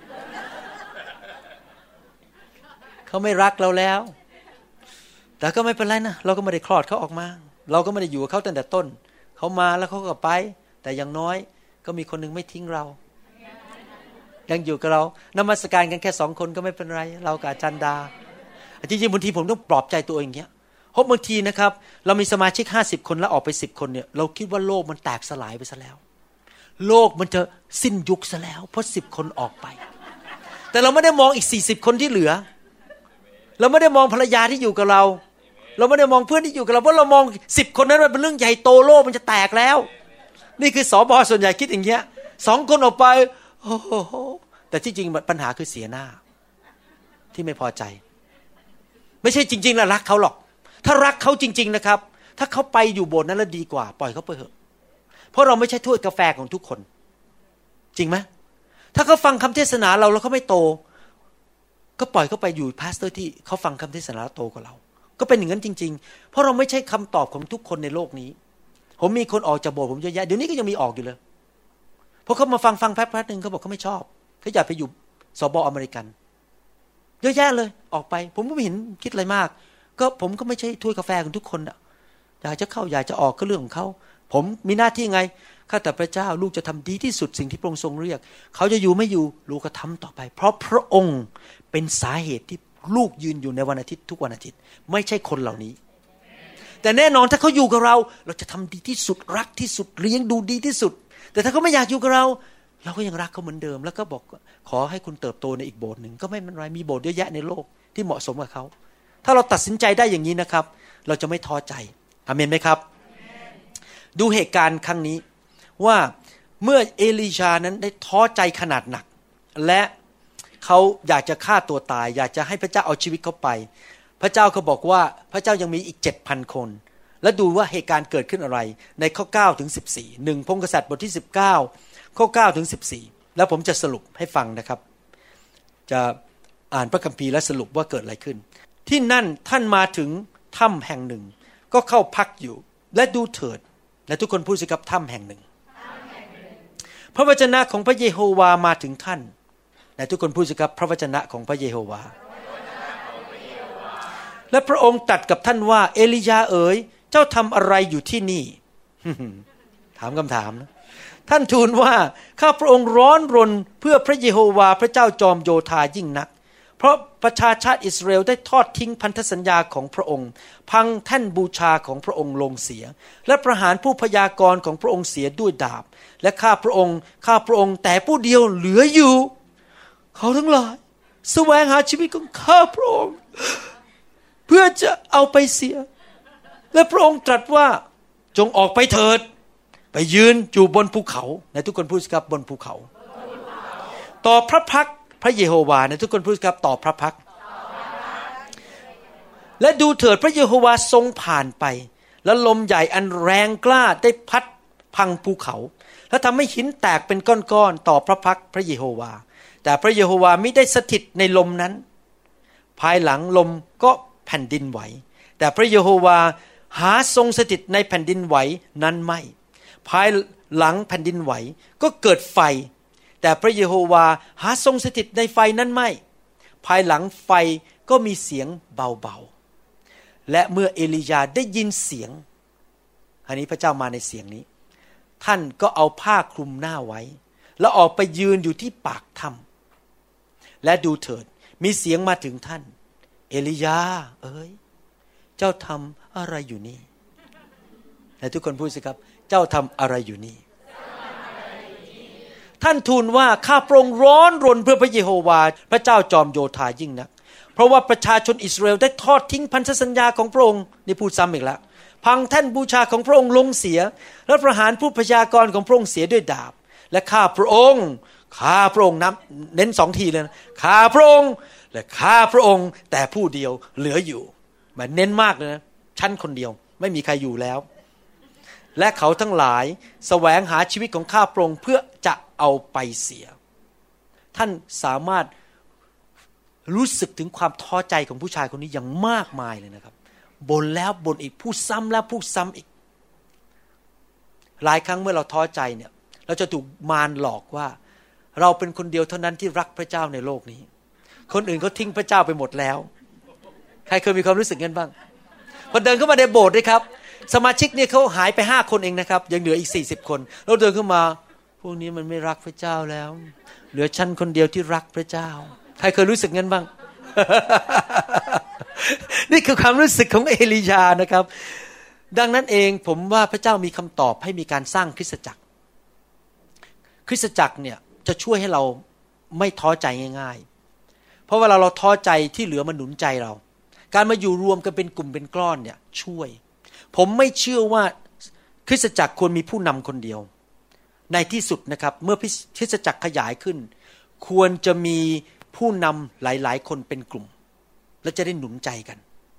เขาไม่รักเราแล้วแต่ก็ไม่เป็นไรนะเราก็ไม่ได้คลอดเขาออกมาเราก็ไม่ได้อยู่กับเขาตั้งแต่ต้นเขามาแล้วเขาก็ไปแต่อย่างน้อยก็มีคนนึงไม่ทิ้งเรายังอยู่กับเรานมัสการกันแค่2 คนก็ไม่เป็นไรเรากับอาจารย์ดาจริงๆบางทีผมต้องปลอบใจตัวเองอย่างเงี้ยเพราะบางทีนะครับเรามีสมาชิก50 คนแล้วออกไป10 คนเนี่ยเราคิดว่าโลกมันแตกสลายไปซะแล้วโลกมันจะสิ้นยุคซะแล้วเพราะ10 คนออกไปแต่เราไม่ได้มองอีก40 คนที่เหลือเราไม่ได้มองภรรยาที่อยู่กับเราเราไม่ได้มองเพื่อนที่อยู่กับเราเพราะเรามอง10 คนนั้นมันเป็นเรื่องใหญ่โตโลกมันจะแตกแล้วนี่คือสบส่วนใหญ่คิดอย่างเงี้ย2 คนออกไปโอ้โหแต่ที่จริงปัญหาคือเสียหน้าที่ไม่พอใจไม่ใช่จริงๆแล้วรักเขาหรอกถ้ารักเขาจริงๆนะครับถ้าเขาไปอยู่โบสถ์นั้นแล้วดีกว่าปล่อยเขาไปเถอะเพราะเราไม่ใช่ถ้วยกาแฟของทุกคนจริงไหมถ้าเขาฟังคำเทศนาเราแล้วเขาไม่โตก็ปล่อยเขาไปอยู่พาสเตอร์ที่เขาฟังคำเทศนาโตกว่าเราก็เป็นอย่างนั้นจริงๆเพราะเราไม่ใช่คำตอบของทุกคนในโลกนี้ผมมีคนออกจากโบสถ์ผมเยอะแยะเดี๋ยวนี้ก็ยังมีออกอยู่เลยเพราะเขามาฟังแป๊บๆนึงเขาบอกเขาไม่ชอบเขาอยากไปอยู่สบอเมริกันเยอะแยะเลยออกไปผมก็ไม่เห็นคิดอะไรมากก็ผมก็ไม่ใช่ถ้วยกาแฟของทุกคนอ่ะอยากจะเข้าอยากจะออกก็เรื่องของเขาผมมีหน้าที่ไงข้าแต่พระเจ้าลูกจะทำดีที่สุดสิ่งที่พระองค์ทรงเรียกเขาจะอยู่ไม่อยู่ลูกก็ทำต่อไปเพราะพระองค์เป็นสาเหตุที่ลูกยืนอยู่ในวันอาทิตย์ทุกวันอาทิตย์ไม่ใช่คนเหล่านี้แต่แน่นอนถ้าเขาอยู่กับเราเราจะทำดีที่สุดรักที่สุดเลี้ยงดูดีที่สุดแต่ถ้าเขาไม่อยากอยู่กับเราเราก็ยังรักเขาเหมือนเดิมแล้วก็บอกขอให้คุณเติบโตในอีกโบสถ์นึงก็ไม่เป็นไรมีโบสถ์เยอะแยะในโลกที่เหมาะสมกับเขาถ้าเราตัดสินใจได้อย่างนี้นะครับเราจะไม่ท้อใจอาเมนไหมครับดูเหตุการณ์ครั้งนี้ว่าเมื่อเอลีชานั้นได้ท้อใจขนาดหนักและเขาอยากจะฆ่าตัวตายอยากจะให้พระเจ้าเอาชีวิตเขาไปพระเจ้าก็บอกว่าพระเจ้ายังมีอีก 7,000 คนและดูว่าเหตุการณ์เกิดขึ้นอะไรในข้อ9ถึง14 1พงศ์กษัตริย์บทที่19ข้อ9ถึง14แล้วผมจะสรุปให้ฟังนะครับจะอ่านพระคัมภีร์และสรุปว่าเกิดอะไรขึ้นที่นั่นท่านมาถึงถ้ำแห่งหนึ่งก็เข้าพักอยู่และดูเถิดและทุกคนพูดสิครับถ้ำแห่งหนึ่งพระวจนะของพระเยโฮวามาถึงท่านและทุกคนพูดสิครับพระวจนะของพระเยโฮวาและพระองค์ตรัสกับท่านว่าเอลียาเอ๋ยเจ้าทำอะไรอยู่ที่นี่ ถามคำถามนะท่านทูลว่าข้าพระองค์ร้อนรนเพื่อพระเยโฮวาพระเจ้าจอมโยธายิ่งนักเพราะประชาชาติอิสราเอลได้ทอดทิ้งพันธสัญญาของพระองค์พังแท่นบูชาของพระองค์ลงเสียและประหารผู้พยากรณ์ของพระองค์เสียด้วยดาบและข้าพระองค์แต่ผู้เดียวเหลืออยู่เขาทั้งหลายแสวงหาชีวิตของข้าพระองค์เพื่อจะเอาไปเสียและพระองค์ตรัสว่าจงออกไปเถิดไปยืนอยู่บนภูเขาในทุกคนพูดสิครับบนภูเขาต่อพระพักพระเยโฮวาในทุกคนพูดครับต่อพระพักและดูเถิดพระเยโฮวาทรงผ่านไปและลมใหญ่อันแรงกล้าได้พัดพังภูเขาและทำให้หินแตกเป็นก้อนๆต่อพระพักพระเยโฮวาแต่พระเยโฮวาไม่ได้สถิตในลมนั้นภายหลังลมก็แผ่นดินไหวแต่พระเยโฮวาหาทรงสถิตในแผ่นดินไหวนั้นไม่ภายหลังแผ่นดินไหวก็เกิดไฟแต่พระเยโฮวาหาทรงสถิตในไฟนั้นไม่ภายหลังไฟก็มีเสียงเบาๆและเมื่อเอลียาได้ยินเสียงอันนี้พระเจ้ามาในเสียงนี้ท่านก็เอาผ้าคลุมหน้าไว้แล้วออกไปยืนอยู่ที่ปากถ้ำและดูเถิดมีเสียงมาถึงท่านเอลียาเอ้ยเจ้าทำอะไรอยู่นี่และทุกคนพูดสิครับเจ้าทำอะไรอยู่นี่ท่านทูลว่าข้าพระองค์ร้อนรนเพื่อพระเยโฮวาพระเจ้าจอมโยธายิ่งนักเพราะว่าประชาชนอิสราเอลได้ทอดทิ้งพันธสัญญาของพระองค์นี่พูดซ้ำอีกแล้วพังแท่นบูชาของพระองค์ลงเสียและประหารผู้พยากรณ์ของพระองค์เสียด้วยดาบและข้าพระองค์นับเน้น2ทีเลยนะข้าพระองค์และข้าพระองค์แต่ผู้เดียวเหลืออยู่มันเน้นมากเลยนะฉันคนเดียวไม่มีใครอยู่แล้วและเขาทั้งหลายแสวงหาชีวิตของข้าพระองค์เพื่อจะเอาไปเสียท่านสามารถรู้สึกถึงความท้อใจของผู้ชายคนนี้อย่างมากมายเลยนะครับบ่นแล้วบ่นอีกพูดซ้ำแล้วพูดซ้ำอีกหลายครั้งเมื่อเราท้อใจเนี่ยเราจะถูกมารหลอกว่าเราเป็นคนเดียวเท่านั้นที่รักพระเจ้าในโลกนี้คนอื่นเขาทิ้งพระเจ้าไปหมดแล้วใครเคยมีความรู้สึกงั้นบ้างพอเดินเข้ามาในโบสถ์ด้วยครับสมาชิกเนี่ยเขาหายไป5คนเองนะครับยังเหลืออีก40คนเราเดินเข้ามาพวกนี้มันไม่รักพระเจ้าแล้วเหลือฉันคนเดียวที่รักพระเจ้าใครเคยรู้สึกงั้นบ้าง นี่คือความรู้สึกของเอลียานะครับดังนั้นเองผมว่าพระเจ้ามีคำตอบให้มีการสร้างคริสตจักรเนี่ยจะช่วยให้เราไม่ท้อใจง่ายๆเพราะเวลาเราท้อใจที่เหลือมันหนุนใจเราการมาอยู่รวมกันเป็นกลุ่มเป็นก้อนเนี่ยช่วยผมไม่เชื่อว่าคริสตจักรควรมีผู้นำคนเดียวในที่สุดนะครับเมื่อคริสตจักรขยายขึ้นควรจะมีผู้นำหลายๆคนเป็นกลุ่มและจะได้หนุนใจกัน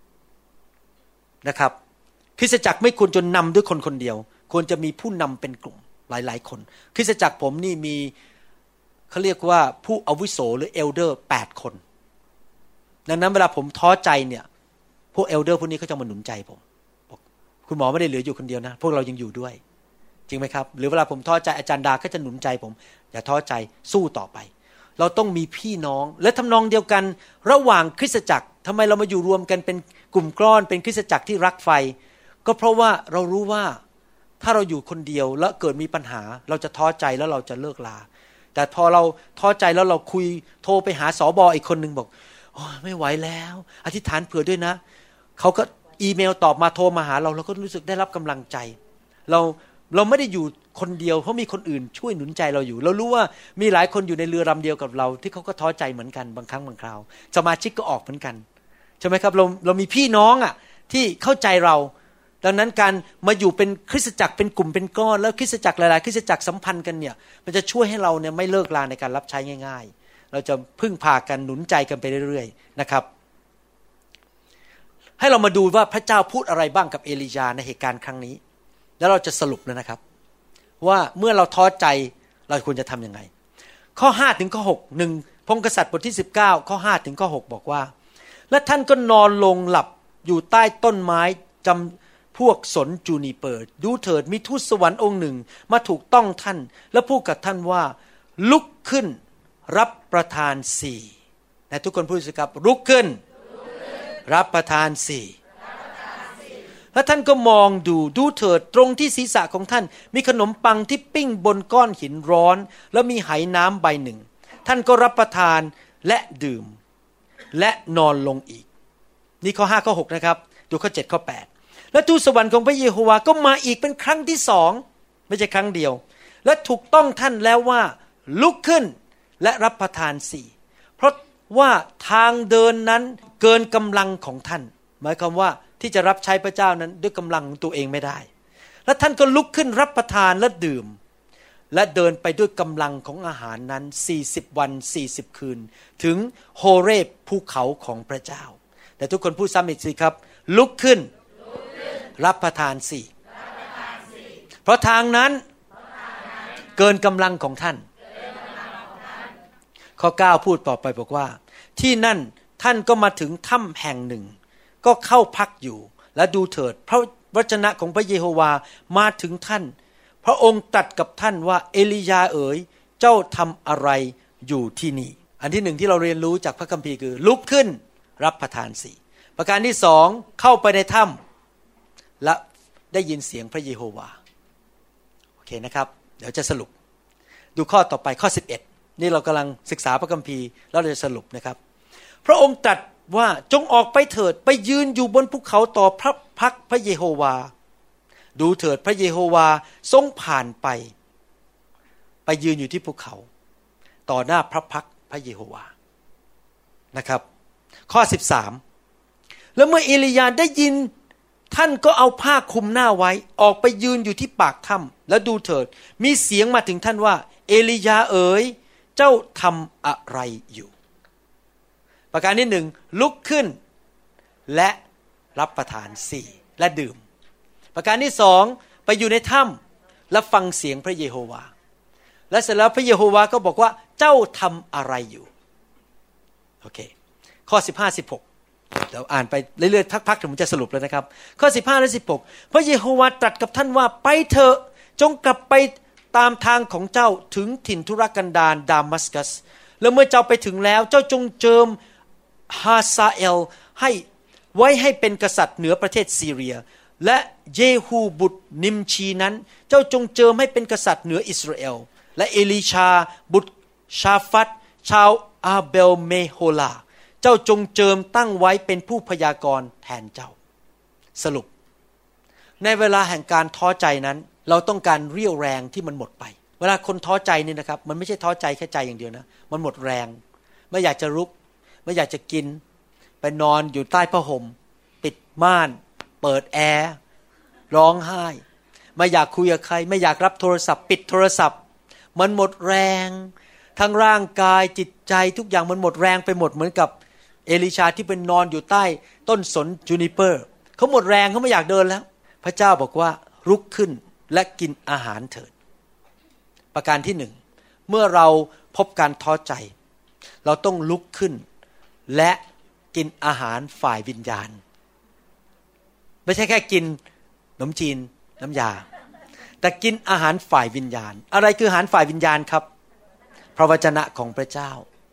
นะครับคริสตจักรไม่ควรจะนำด้วยคนคนเดียวควรจะมีผู้นำเป็นกลุ่มหลายๆคนคริสตจักรผมนี่มีเขาเรียกว่าผู้อาวุโสหรือเอลเดอร์8คนดังนั้นเวลาผมท้อใจเนี่ยพวกเอลเดอร์พวกนี้เขาจะมาหนุนใจผมบอกคุณหมอไม่ได้เหลืออยู่คนเดียวนะพวกเรายังอยู่ด้วยจริงไหมครับหรือเวลาผมท้อใจอาจารย์ดาก็จะหนุนใจผมอย่าท้อใจสู้ต่อไปเราต้องมีพี่น้องและทำนองเดียวกันระหว่างคริสตจักรทำไมเรามาอยู่รวมกันเป็นกลุ่มก้อนเป็นคริสตจักรที่รักไฟก็เพราะว่าเรารู้ว่าถ้าเราอยู่คนเดียวแล้วเกิดมีปัญหาเราจะท้อใจแล้วเราจะเลิกลาแต่พอเราท้อใจแล้วเราคุยโทรไปหาสบอีกคนนึงบอกโอ้ไม่ไหวแล้วอธิษฐานเผื่อด้วยนะเขาก็อีเมลตอบมาโทรมาหาเราก็รู้สึกได้รับกำลังใจเราไม่ได้อยู่คนเดียวเพราะมีคนอื่นช่วยหนุนใจเราอยู่เรารู้ว่ามีหลายคนอยู่ในเรือลำเดียวกับเราที่เขาก็ท้อใจเหมือนกันบางครั้งบางคราวสมาชิกก็ออกเหมือนกันใช่ไหมครับเรามีพี่น้องที่เข้าใจเราดังนั้นการมาอยู่เป็นคริสตจักรเป็นกลุ่มเป็นก้อนแล้วคริสตจักรหลายๆคริสตจักรสัมพันธ์กันเนี่ยมันจะช่วยให้เราเนี่ยไม่เลิกลาในการรับใช้ง่ายๆเราจะพึ่งพากันหนุนใจกันไปเรื่อยๆนะครับให้เรามาดูว่าพระเจ้าพูดอะไรบ้างกับเอลียาในเหตุการณ์ครั้งนี้แล้วเราจะสรุปแล้วนะครับว่าเมื่อเราท้อใจเราควรจะทำยังไงข้อ5ถึงข้อ6 1พงศ์กษัตริย์บทที่19ข้อ5ถึงข้อ6บอกว่าและท่านก็นอนลงหลับอยู่ใต้ต้นไม้จำพวกสนจูนิเปอร์ดูเถิดมีทูตสวรรค์องค์หนึ่งมาถูกต้องท่านและพูดกับท่านว่าลุกขึ้นรับประทาน4แต่ทุกคนพูดสิครับลุกขึ้นรับประทาน4แล้วท่านก็มองดูเถิดตรงที่ศีรษะของท่านมีขนมปังที่ปิ้งบนก้อนหินร้อนแล้วมีไหน้ำใบหนึ่งท่านก็รับประทานและดื่มและนอนลงอีกนี่ข้อ5ข้อ6นะครับดูข้อ7ข้อ8และทูตสวรรค์ของพระเยโฮวาก็มาอีกเป็นครั้งที่2ไม่ใช่ครั้งเดียวและถูกต้องท่านแล้วว่าลุกขึ้นและรับประทาน4เพราะว่าทางเดินนั้นเกินกำลังของท่านหมายความว่าที่จะรับใช้พระเจ้านั้นด้วยกำลังของตัวเองไม่ได้และท่านก็ลุกขึ้นรับประทานและดื่มและเดินไปด้วยกำลังของอาหารนั้น40วัน40คืนถึงโฮเรบภูเขาของพระเจ้าแต่ทุกคนพูดซ้ำอีกสิครับลุกขึ้นรับประทานสิเพราะทางนั้นเกินกำลังของท่านข้อ9พูดต่อไปบอกว่าที่นั่นท่านก็มาถึงถ้ำแห่งหนึ่งก็เข้าพักอยู่และดูเถิดพระวจนะของพระเยโฮวามาถึงท่านพระองค์ตรัสกับท่านว่าเอลียาเอ๋ยเจ้าทำอะไรอยู่ที่นี่อันที่หนึ่งที่เราเรียนรู้จากพระคัมภีร์คือลุกขึ้นรับประทานสิประการที่สองเข้าไปในถ้ำและได้ยินเสียงพระเยโฮวาโอเคนะครับเดี๋ยวจะสรุปดูข้อต่อไปข้อ11นี่เรากำลังศึกษาพระคัมภีร์แล้วเราจะสรุปนะครับพระองค์ตรัสว่าจงออกไปเถิดไปยืนอยู่บนภูเขาต่อพระพักพระเยโฮวาดูเถิดพระเยโฮวาทรงผ่านไปยืนอยู่ที่ภูเขาต่อหน้าพระพักพระเยโฮวานะครับข้อ13แล้วเมื่อเอลียาได้ยินท่านก็เอาผ้าคลุมหน้าไว้ออกไปยืนอยู่ที่ปากถ้ำแล้วดูเถิดมีเสียงมาถึงท่านว่าเอลียาเอ๋ยเจ้าทำอะไรอยู่ประการที่1ลุกขึ้นและรับประทานสิและดื่มประการที่2ไปอยู่ในถ้ำและฟังเสียงพระเยโฮวาและเสร็จแล้วพระเยโฮวาก็บอกว่าเจ้าทำอะไรอยู่โอเคข้อ15 16เดี๋ยวอ่านไปเรื่อยๆพักๆถึงผมจะสรุปแล้วนะครับข้อ15และ16พระเยโฮวาตรัสกับท่านว่าไปเถอะจงกลับไปตามทางของเจ้าถึงถิ่นทุรกันดารดามัสกัสแล้วเมื่อเจ้าไปถึงแล้วเจ้าจงเจิมฮาซาเอลให้เป็นกษัตริย์เหนือประเทศซีเรียและเยฮูบุตรนิมชีนั้นเจ้าจงเจิมให้เป็นกษัตริย์เหนืออิสราเอลและเอลีชาบุตรชาฟัตชาวอาเบลเมโฮลาเจ้าจงเจิมตั้งไว้เป็นผู้พยากรณ์แทนเจ้าสรุปในเวลาแห่งการท้อใจนั้นเราต้องการเรี่ยวแรงที่มันหมดไปเวลาคนท้อใจนี่นะครับมันไม่ใช่ท้อใจแค่ใจอย่างเดียวนะมันหมดแรงไม่อยากจะลุกไม่อยากจะกินไปนอนอยู่ใต้ผ้าห่มปิดม่านเปิดแอร์ร้องไห้ไม่อยากคุยกับใครไม่อยากรับโทรศัพท์ปิดโทรศัพท์มันหมดแรงทั้งร่างกายจิตใจทุกอย่างมันหมดแรงไปหมดเหมือนกับเอลิชาที่เป็นนอนอยู่ใต้ต้นสนจูนิเปอร์เขาหมดแรงเขาไม่อยากเดินแล้วพระเจ้าบอกว่าลุกขึ้นและกินอาหารเถิดประการที่1เมื่อเราพบการท้อใจเราต้องลุกขึ้นและกินอาหารฝ่ายวิญญาณไม่ใช่แค่กินขนมจีนน้ำยาแต่กินอาหารฝ่ายวิญญาณอะไรคืออาหารฝ่ายวิญญาณครับพระวจนะของพระเจ้า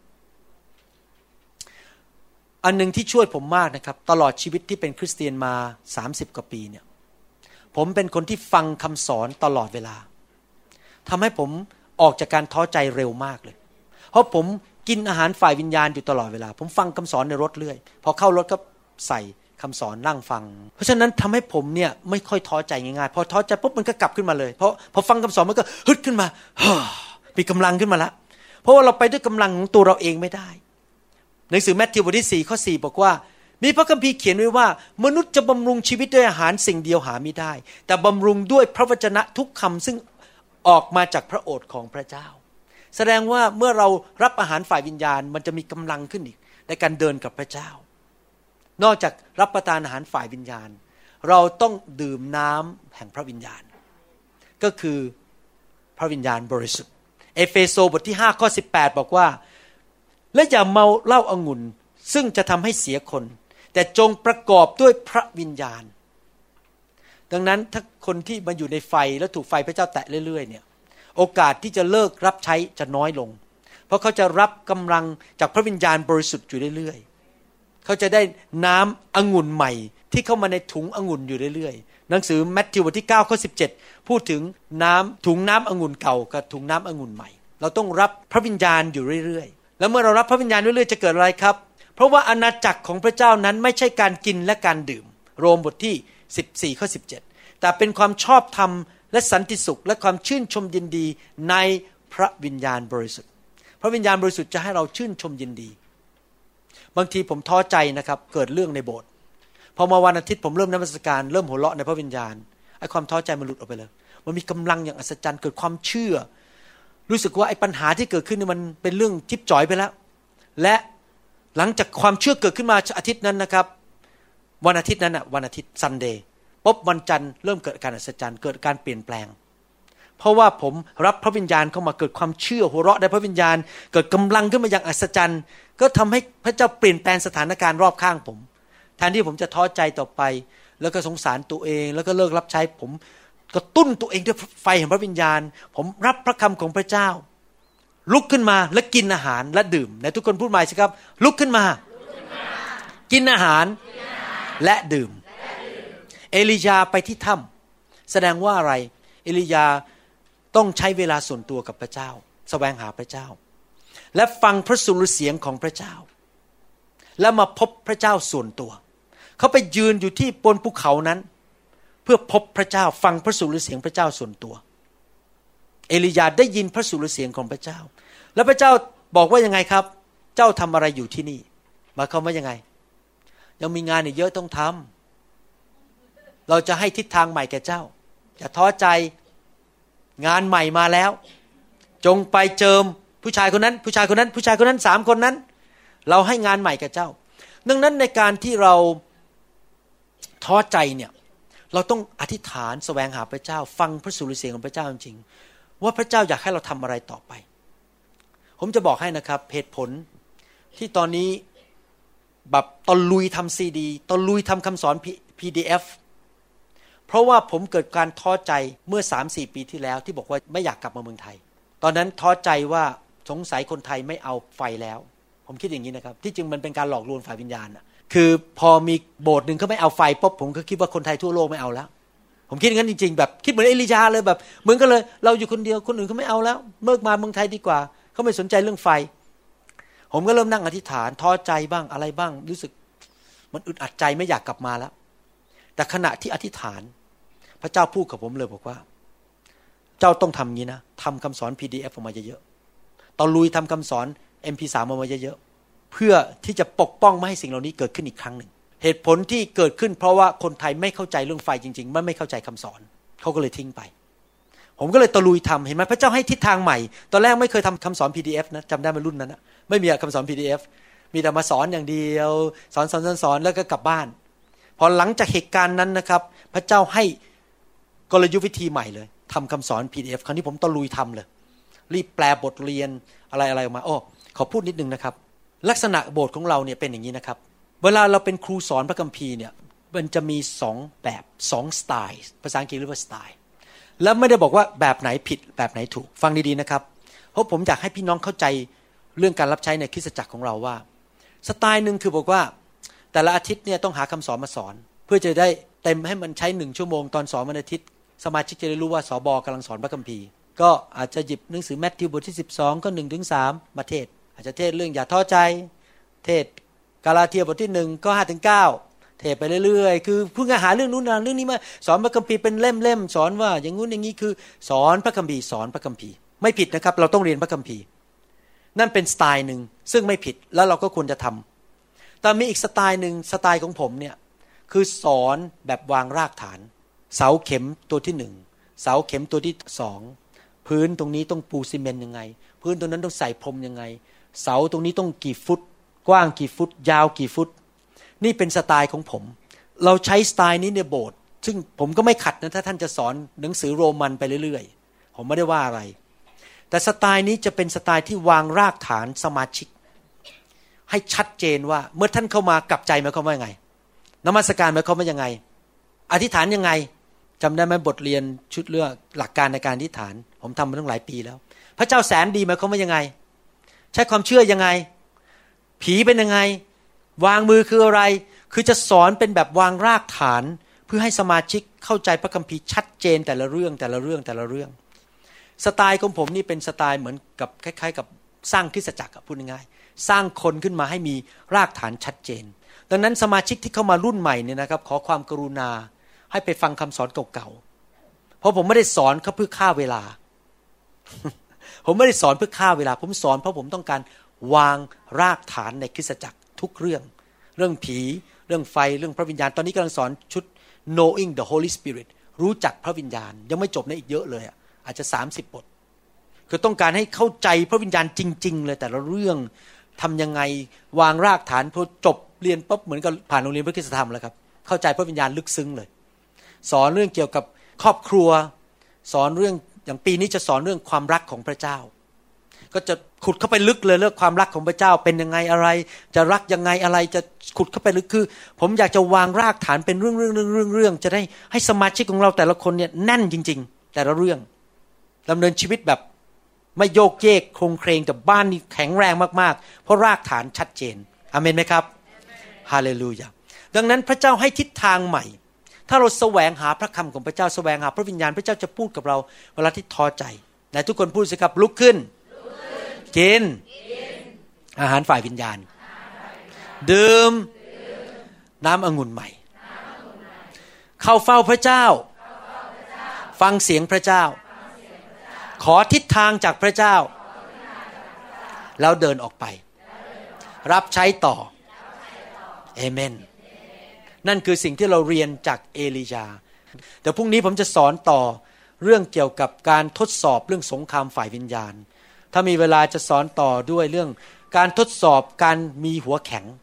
อันนึงที่ช่วยผมมากนะครับตลอดชีวิตที่เป็นคริสเตียนมา30กว่าปีเนี่ยผมเป็นคนที่ฟังคำสอนตลอดเวลาทำให้ผมออกจากการท้อใจเร็วมากเลยเพราะผมกินอาหารฝ่ายวิญญาณอยู่ตลอดเวลาผมฟังคำสอนในรถเรื่อยพอเข้ารถก็ใส่คำสอนนั่งฟังเพราะฉะนั้นทำให้ผมเนี่ยไม่ค่อยท้อใจง่ายๆพอท้อใจปุ๊บมันก็กลับขึ้นมาเลยเพราะพอฟังคำสอนมันก็ฮึดขึ้นมามีกำลังขึ้นมาละเพราะว่าเราไปด้วยกำลังของตัวเราเองไม่ได้หนังสือแมทธิวบทที่4ข้อ4บอกว่ามีพระคัมภีร์เขียนไว้ว่ามนุษย์จะบำรุงชีวิตด้วยอาหารสิ่งเดียวหาไม่ได้แต่บำรุงด้วยพระวจนะทุกคำซึ่งออกมาจากพระโอษฐ์ของพระเจ้าแสดงว่าเมื่อเรารับอาหารฝ่ายวิญญาณมันจะมีกำลังขึ้นอีกในการเดินกับพระเจ้านอกจากรับประทานอาหารฝ่ายวิญญาณเราต้องดื่มน้ำแห่งพระวิญญาณก็คือพระวิญญาณบริสุทธิ์เอเฟโซบทที่5ข้อ18บอกว่าและอย่าเมาเหล้าองุ่นซึ่งจะทำให้เสียคนแต่จงประกอบด้วยพระวิญญาณดังนั้นถ้าคนที่มาอยู่ในไฟแล้วถูกไฟพระเจ้าแตะเรื่อยๆเนี่ยโอกาสที่จะเลิกรับใช้จะน้อยลงเพราะเขาจะรับกำลังจากพระวิญญาณบริสุทธิ์อยู่เรื่อยๆเขาจะได้น้ำองุ่นใหม่ที่เข้ามาในถุงองุ่นอยู่เรื่อยๆหนังสือมัทธิวบทที่9ข้อ17พูดถึงถุงน้ำองุ่นเก่ากับถุงน้ำองุ่นใหม่เราต้องรับพระวิญญาณอยู่เรื่อยๆแล้วเมื่อเรารับพระวิญญาณเรื่อยๆจะเกิดอะไรครับเพราะว่าอาณาจักรของพระเจ้านั้นไม่ใช่การกินและการดื่มโรมบทที่14ข้อ17แต่เป็นความชอบธรรมและสันติสุขและความชื่นชมยินดีในพระวิญญาณบริสุทธิ์พระวิญญาณบริสุทธิ์จะให้เราชื่นชมยินดีบางทีผมท้อใจนะครับเกิดเรื่องในโบสถ์พอมาวันอาทิตย์ผมเริ่มนมัสการเริ่มหัวเราะในพระวิญญาณไอ้ความท้อใจมันหลุดออกไปเลยมันมีกำลังอย่างอัศจรรย์เกิดความเชื่อรู้สึกว่าไอ้ปัญหาที่เกิดขึ้นนี่มันเป็นเรื่องจิ๊บจ๋อยไปแล้วและหลังจากความเชื่อเกิดขึ้นมาอาทิตย์นั้นนะครับวันอาทิตย์นั้นวันอาทิตย์ซันเดย์ปุ๊บวันจันทร์เริ่มเกิดการอัศจรรย์เกิดการเปลี่ยนแปลงเพราะว่าผมรับพระวิญญาณเข้ามาเกิดความเชื่อหัวเราะในพระวิญญาณเกิดกำลังขึ้นมาอย่างอัศจรรย์ก็ทำให้พระเจ้าเปลี่ยนแปลงสถานการณ์รอบข้างผมแทนที่ผมจะท้อใจต่อไปแล้วก็สงสารตัวเองแล้วก็เลิกรับใช้ผมกระตุ้นตัวเองด้วยไฟแห่งพระวิญญาณผมรับพระคำของพระเจ้าลุกขึ้นมาและกินอาหารและดื่มในทุกคนพูดใหม่สิครับลุกขึ้นมากินอาหารและดื่มเอลียาไปที่ถ้ำแสดงว่าอะไรเอลียาต้องใช้เวลาส่วนตัวกับพระเจ้าแสวงหาพระเจ้าและฟังพระสุรเสียงของพระเจ้าแล้วมาพบพระเจ้าส่วนตัวเขาไปยืนอยู่ที่บนภูเขานั้นเพื่อพบพระเจ้าฟังพระสุรเสียงพระเจ้าส่วนตัวเอลียาได้ยินพระสุรเสียงของพระเจ้าแล้วพระเจ้าบอกว่ายังไงครับเจ้าทำอะไรอยู่ที่นี่หมายความว่ายังไงยังมีงานอีกเยอะต้องทำเราจะให้ทิศทางใหม่แก่เจ้าอย่าท้อใจงานใหม่มาแล้วจงไปเจิมผู้ชายคนนั้นผู้ชายคนนั้นผู้ชายคนนั้น3คนนั้นเราให้งานใหม่แก่เจ้าดังนั้นในการที่เราท้อใจเนี่ยเราต้องอธิษฐานแสวงหาพระเจ้าฟังพระสุรเสียงของพระเจ้าจริงๆว่าพระเจ้าอยากให้เราทำอะไรต่อไปผมจะบอกให้นะครับเหตุผลที่ตอนนี้แบบตะลุยทำซีดีตะลุยทำคำสอน PDF เพราะว่าผมเกิดการท้อใจเมื่อ 3-4 ปีที่แล้วที่บอกว่าไม่อยากกลับมาเมืองไทยตอนนั้นท้อใจว่าสงสัยคนไทยไม่เอาไฟแล้วผมคิดอย่างนี้นะครับที่จริงมันเป็นการหลอกลวงฝ่ายวิญญาณคือพอมีโบสถ์นึงเขาไม่เอาไฟปุ๊บผมก็คิดว่าคนไทยทั่วโลกไม่เอาแล้วผมคิดอย่างนั้นจริงๆแบบคิดเหมือนเอลียาเลยแบบเหมือนกันเลยเราอยู่คนเดียวคนอื่นเขาไม่เอาแล้วเมื่อมาเมืองไทยดีกว่าเขาไม่สนใจเรื่องไฟผมก็เริ่มนั่งอธิษฐานท้อใจบ้างอะไรบ้างรู้สึกมันอึดอัดใจไม่อยากกลับมาแล้วแต่ขณะที่อธิษฐานพระเจ้าพูดกับผมเลยบอกว่าเจ้าต้องทำงี้นะทำคำสอน PDF ออกมาเยอะๆตอนลุยทำคำสอน MP3 ออกมาเยอะๆเพื่อที่จะปกป้องไม่ให้สิ่งเหล่านี้เกิดขึ้นอีกครั้งหนึ่งเหตุผลที่เกิดขึ้นเพราะว่าคนไทยไม่เข้าใจเรื่องไฟจริงๆไม่เข้าใจคำสอนเขาก็เลยทิ้งไปผมก็เลยตะลุยทำเห็นไหมพระเจ้าให้ทิศทางใหม่ตอนแรกไม่เคยทำคำสอน PDF นะจำได้ไหมรุ่นนั้นนะไม่มีคำสอน PDF มีแต่มาสอนอย่างเดียวสอนแล้วก็กลับบ้านพอหลังจากเหตุการณ์นั้นนะครับพระเจ้าให้กลยุทธ์วิธีใหม่เลยทำคำสอน PDF คราวนี้ผมตะลุยทำเลยรีบแปลบทเรียนอะไรออกมาขอพูดนิดนึงนะครับลักษณะโบสถ์ของเราเนี่ยเป็นอย่างนี้นะครับเวลาเราเป็นครูสอนพระคัมภีร์เนี่ยมันจะมี2แบบ2สไตล์ภาษาอังกฤษเรียกว่าสไตล์แล้วไม่ได้บอกว่าแบบไหนผิดแบบไหนถูกฟังดีๆนะครับเพราะผมอยากให้พี่น้องเข้าใจเรื่องการรับใช้ในคริสตจักรของเราว่าสไตล์นึงคือบอกว่าแต่ละอาทิตย์เนี่ยต้องหาคำสอนมาสอนเพื่อจะได้เต็มให้มันใช้1ชั่วโมงตอนสอนวันอาทิตย์สมาชิกจะได้รู้ว่าสบกำลังสอนพระคัมภีร์ก็อาจจะหยิบหนังสือแมทธิวบทที่12ข้อ 1-3 มาเทศอาจจะเทศเรื่องอย่าท้อใจเทศกาลาเทียบทที่1ข้อ 5-9 เทศไปเรื่อยๆคือเพิ่งหาเรื่องนู้นเรื่องนี้มาสอนพระคัมภีร์เป็นเล่มๆสอนว่าอย่างงู้นอย่างนี้คือสอนพระคัมภีร์สอนพระคัมภีร์ไม่ผิดนะครับเราต้องเรียนพระคัมภีร์นั่นเป็นสไตล์นึงซึ่งไม่ผิดแล้วเราก็ควรจะทำแต่มีอีกสไตล์นึงสไตล์ของผมเนี่ยคือสอนแบบวางรากฐานเสาเข็มตัวที่1เสาเข็มตัวที่2พื้นตรงนี้ต้องปูซีเมนต์ยังไงพื้นตรงนั้นต้องใส่พรมยังไงเสาตรงนี้ต้องกี่ฟุตกว้างกี่ฟุตยาวกี่ฟุตนี่เป็นสไตล์ของผมเราใช้สไตล์นี้ในโบสถ์ซึ่งผมก็ไม่ขัดนะถ้าท่านจะสอนหนังสือโรมันไปเรื่อยๆผมไม่ได้ว่าอะไรแต่สไตล์นี้จะเป็นสไตล์ที่วางรากฐานสมาชิกให้ชัดเจนว่าเมื่อท่านเข้ามากลับใจหมายความว่ายังไงนมัสการหมายความว่ายังไงอธิษฐานยังไงจำได้ไหมบทเรียนชุดเรื่องหลักการในการอธิษฐานผมทำมาตั้งหลายปีแล้วพระเจ้าแสนดีหมายความว่ายังไงใช้ความเชื่อยังไงผีเป็นยังไงวางมือคืออะไรคือจะสอนเป็นแบบวางรากฐานเพื่อให้สมาชิกเข้าใจพระคัมภีร์ชัดเจนแต่ละเรื่องสไตล์ของผมนี่เป็นสไตล์เหมือนกับคล้ายๆกับสร้างคริสตจักรพูดง่ายๆสร้างคนขึ้นมาให้มีรากฐานชัดเจนดังนั้นสมาชิกที่เข้ามารุ่นใหม่เนี่ยนะครับขอความกรุณาให้ไปฟังคำสอนเก่าๆเพราะผมไม่ได้สอนเขาเพื่อฆ่าเวลา ผมไม่ได้สอนเพื่อฆ่าเวลาผมสอนเพราะผมต้องการวางรากฐานในคริสตจักรทุกเรื่องผีเรื่องไฟเรื่องพระวิญญาณตอนนี้กำลังสอนชุด knowing the Holy Spirit รู้จักพระวิญญาณยังไม่จบนะอีกเยอะเลยอาจจะ30 บทคือต้องการให้เข้าใจพระวิญญาณจริงๆเลยแต่ละเรื่องทำยังไงวางรากฐานพอจบเรียนปุ๊บเหมือนกับผ่านโรงเรียนพระคริสตธรรมแล้วครับเข้าใจพระวิญญาณลึกซึ้งเลยสอนเรื่องเกี่ยวกับครอบครัวสอนเรื่องอย่างปีนี้จะสอนเรื่องความรักของพระเจ้าก็จะขุดเข้าไปลึกเลยเรื่องความรักของพระเจ้าเป็นยังไงอะไรจะรักยังไงอะไรจะขุดเข้าไปลึกคือผมอยากจะวางรากฐานเป็นเรื่องจะได้ให้สมาชิกของเราแต่ละคนเนี่ยแน่นจริงๆแต่ละเรื่องดำเนินชีวิตแบบไม่โยกเยกโครงเครงแต่บ้านนี่แข็งแรงมากๆเพราะรากฐานชัดเจนอาเมนไหมครับฮาเลลูยาดังนั้นพระเจ้าให้ทิศทางใหม่ถ้าเราแสวงหาพระคำของพระเจ้าแสวงหาพระวิญญาณพระเจ้าจะพูดกับเราเวลาที่ท้อใจไหนทุกคนพูดสิครับลุกขึ้นกินอาหารฝ่ายวิญญาณดื่มน้ำองุ่นใหม่เข้าเฝ้าพระเจ้าฟังเสียงพระเจ้าขอทิศทางจากพระเจ้าแล้วเดินออกไปรับใช้ต่อเอเมนนั่นคือสิ่งที่เราเรียนจากเอลียาแต่พรุ่งนี้ผมจะสอนต่อเรื่องเกี่ยวกับการทดสอบเรื่องสงครามฝ่ายวิญญาณถ้ามีเวลาจะสอนต่อด้วยเรื่องการทดสอบการมีหัวแข็ง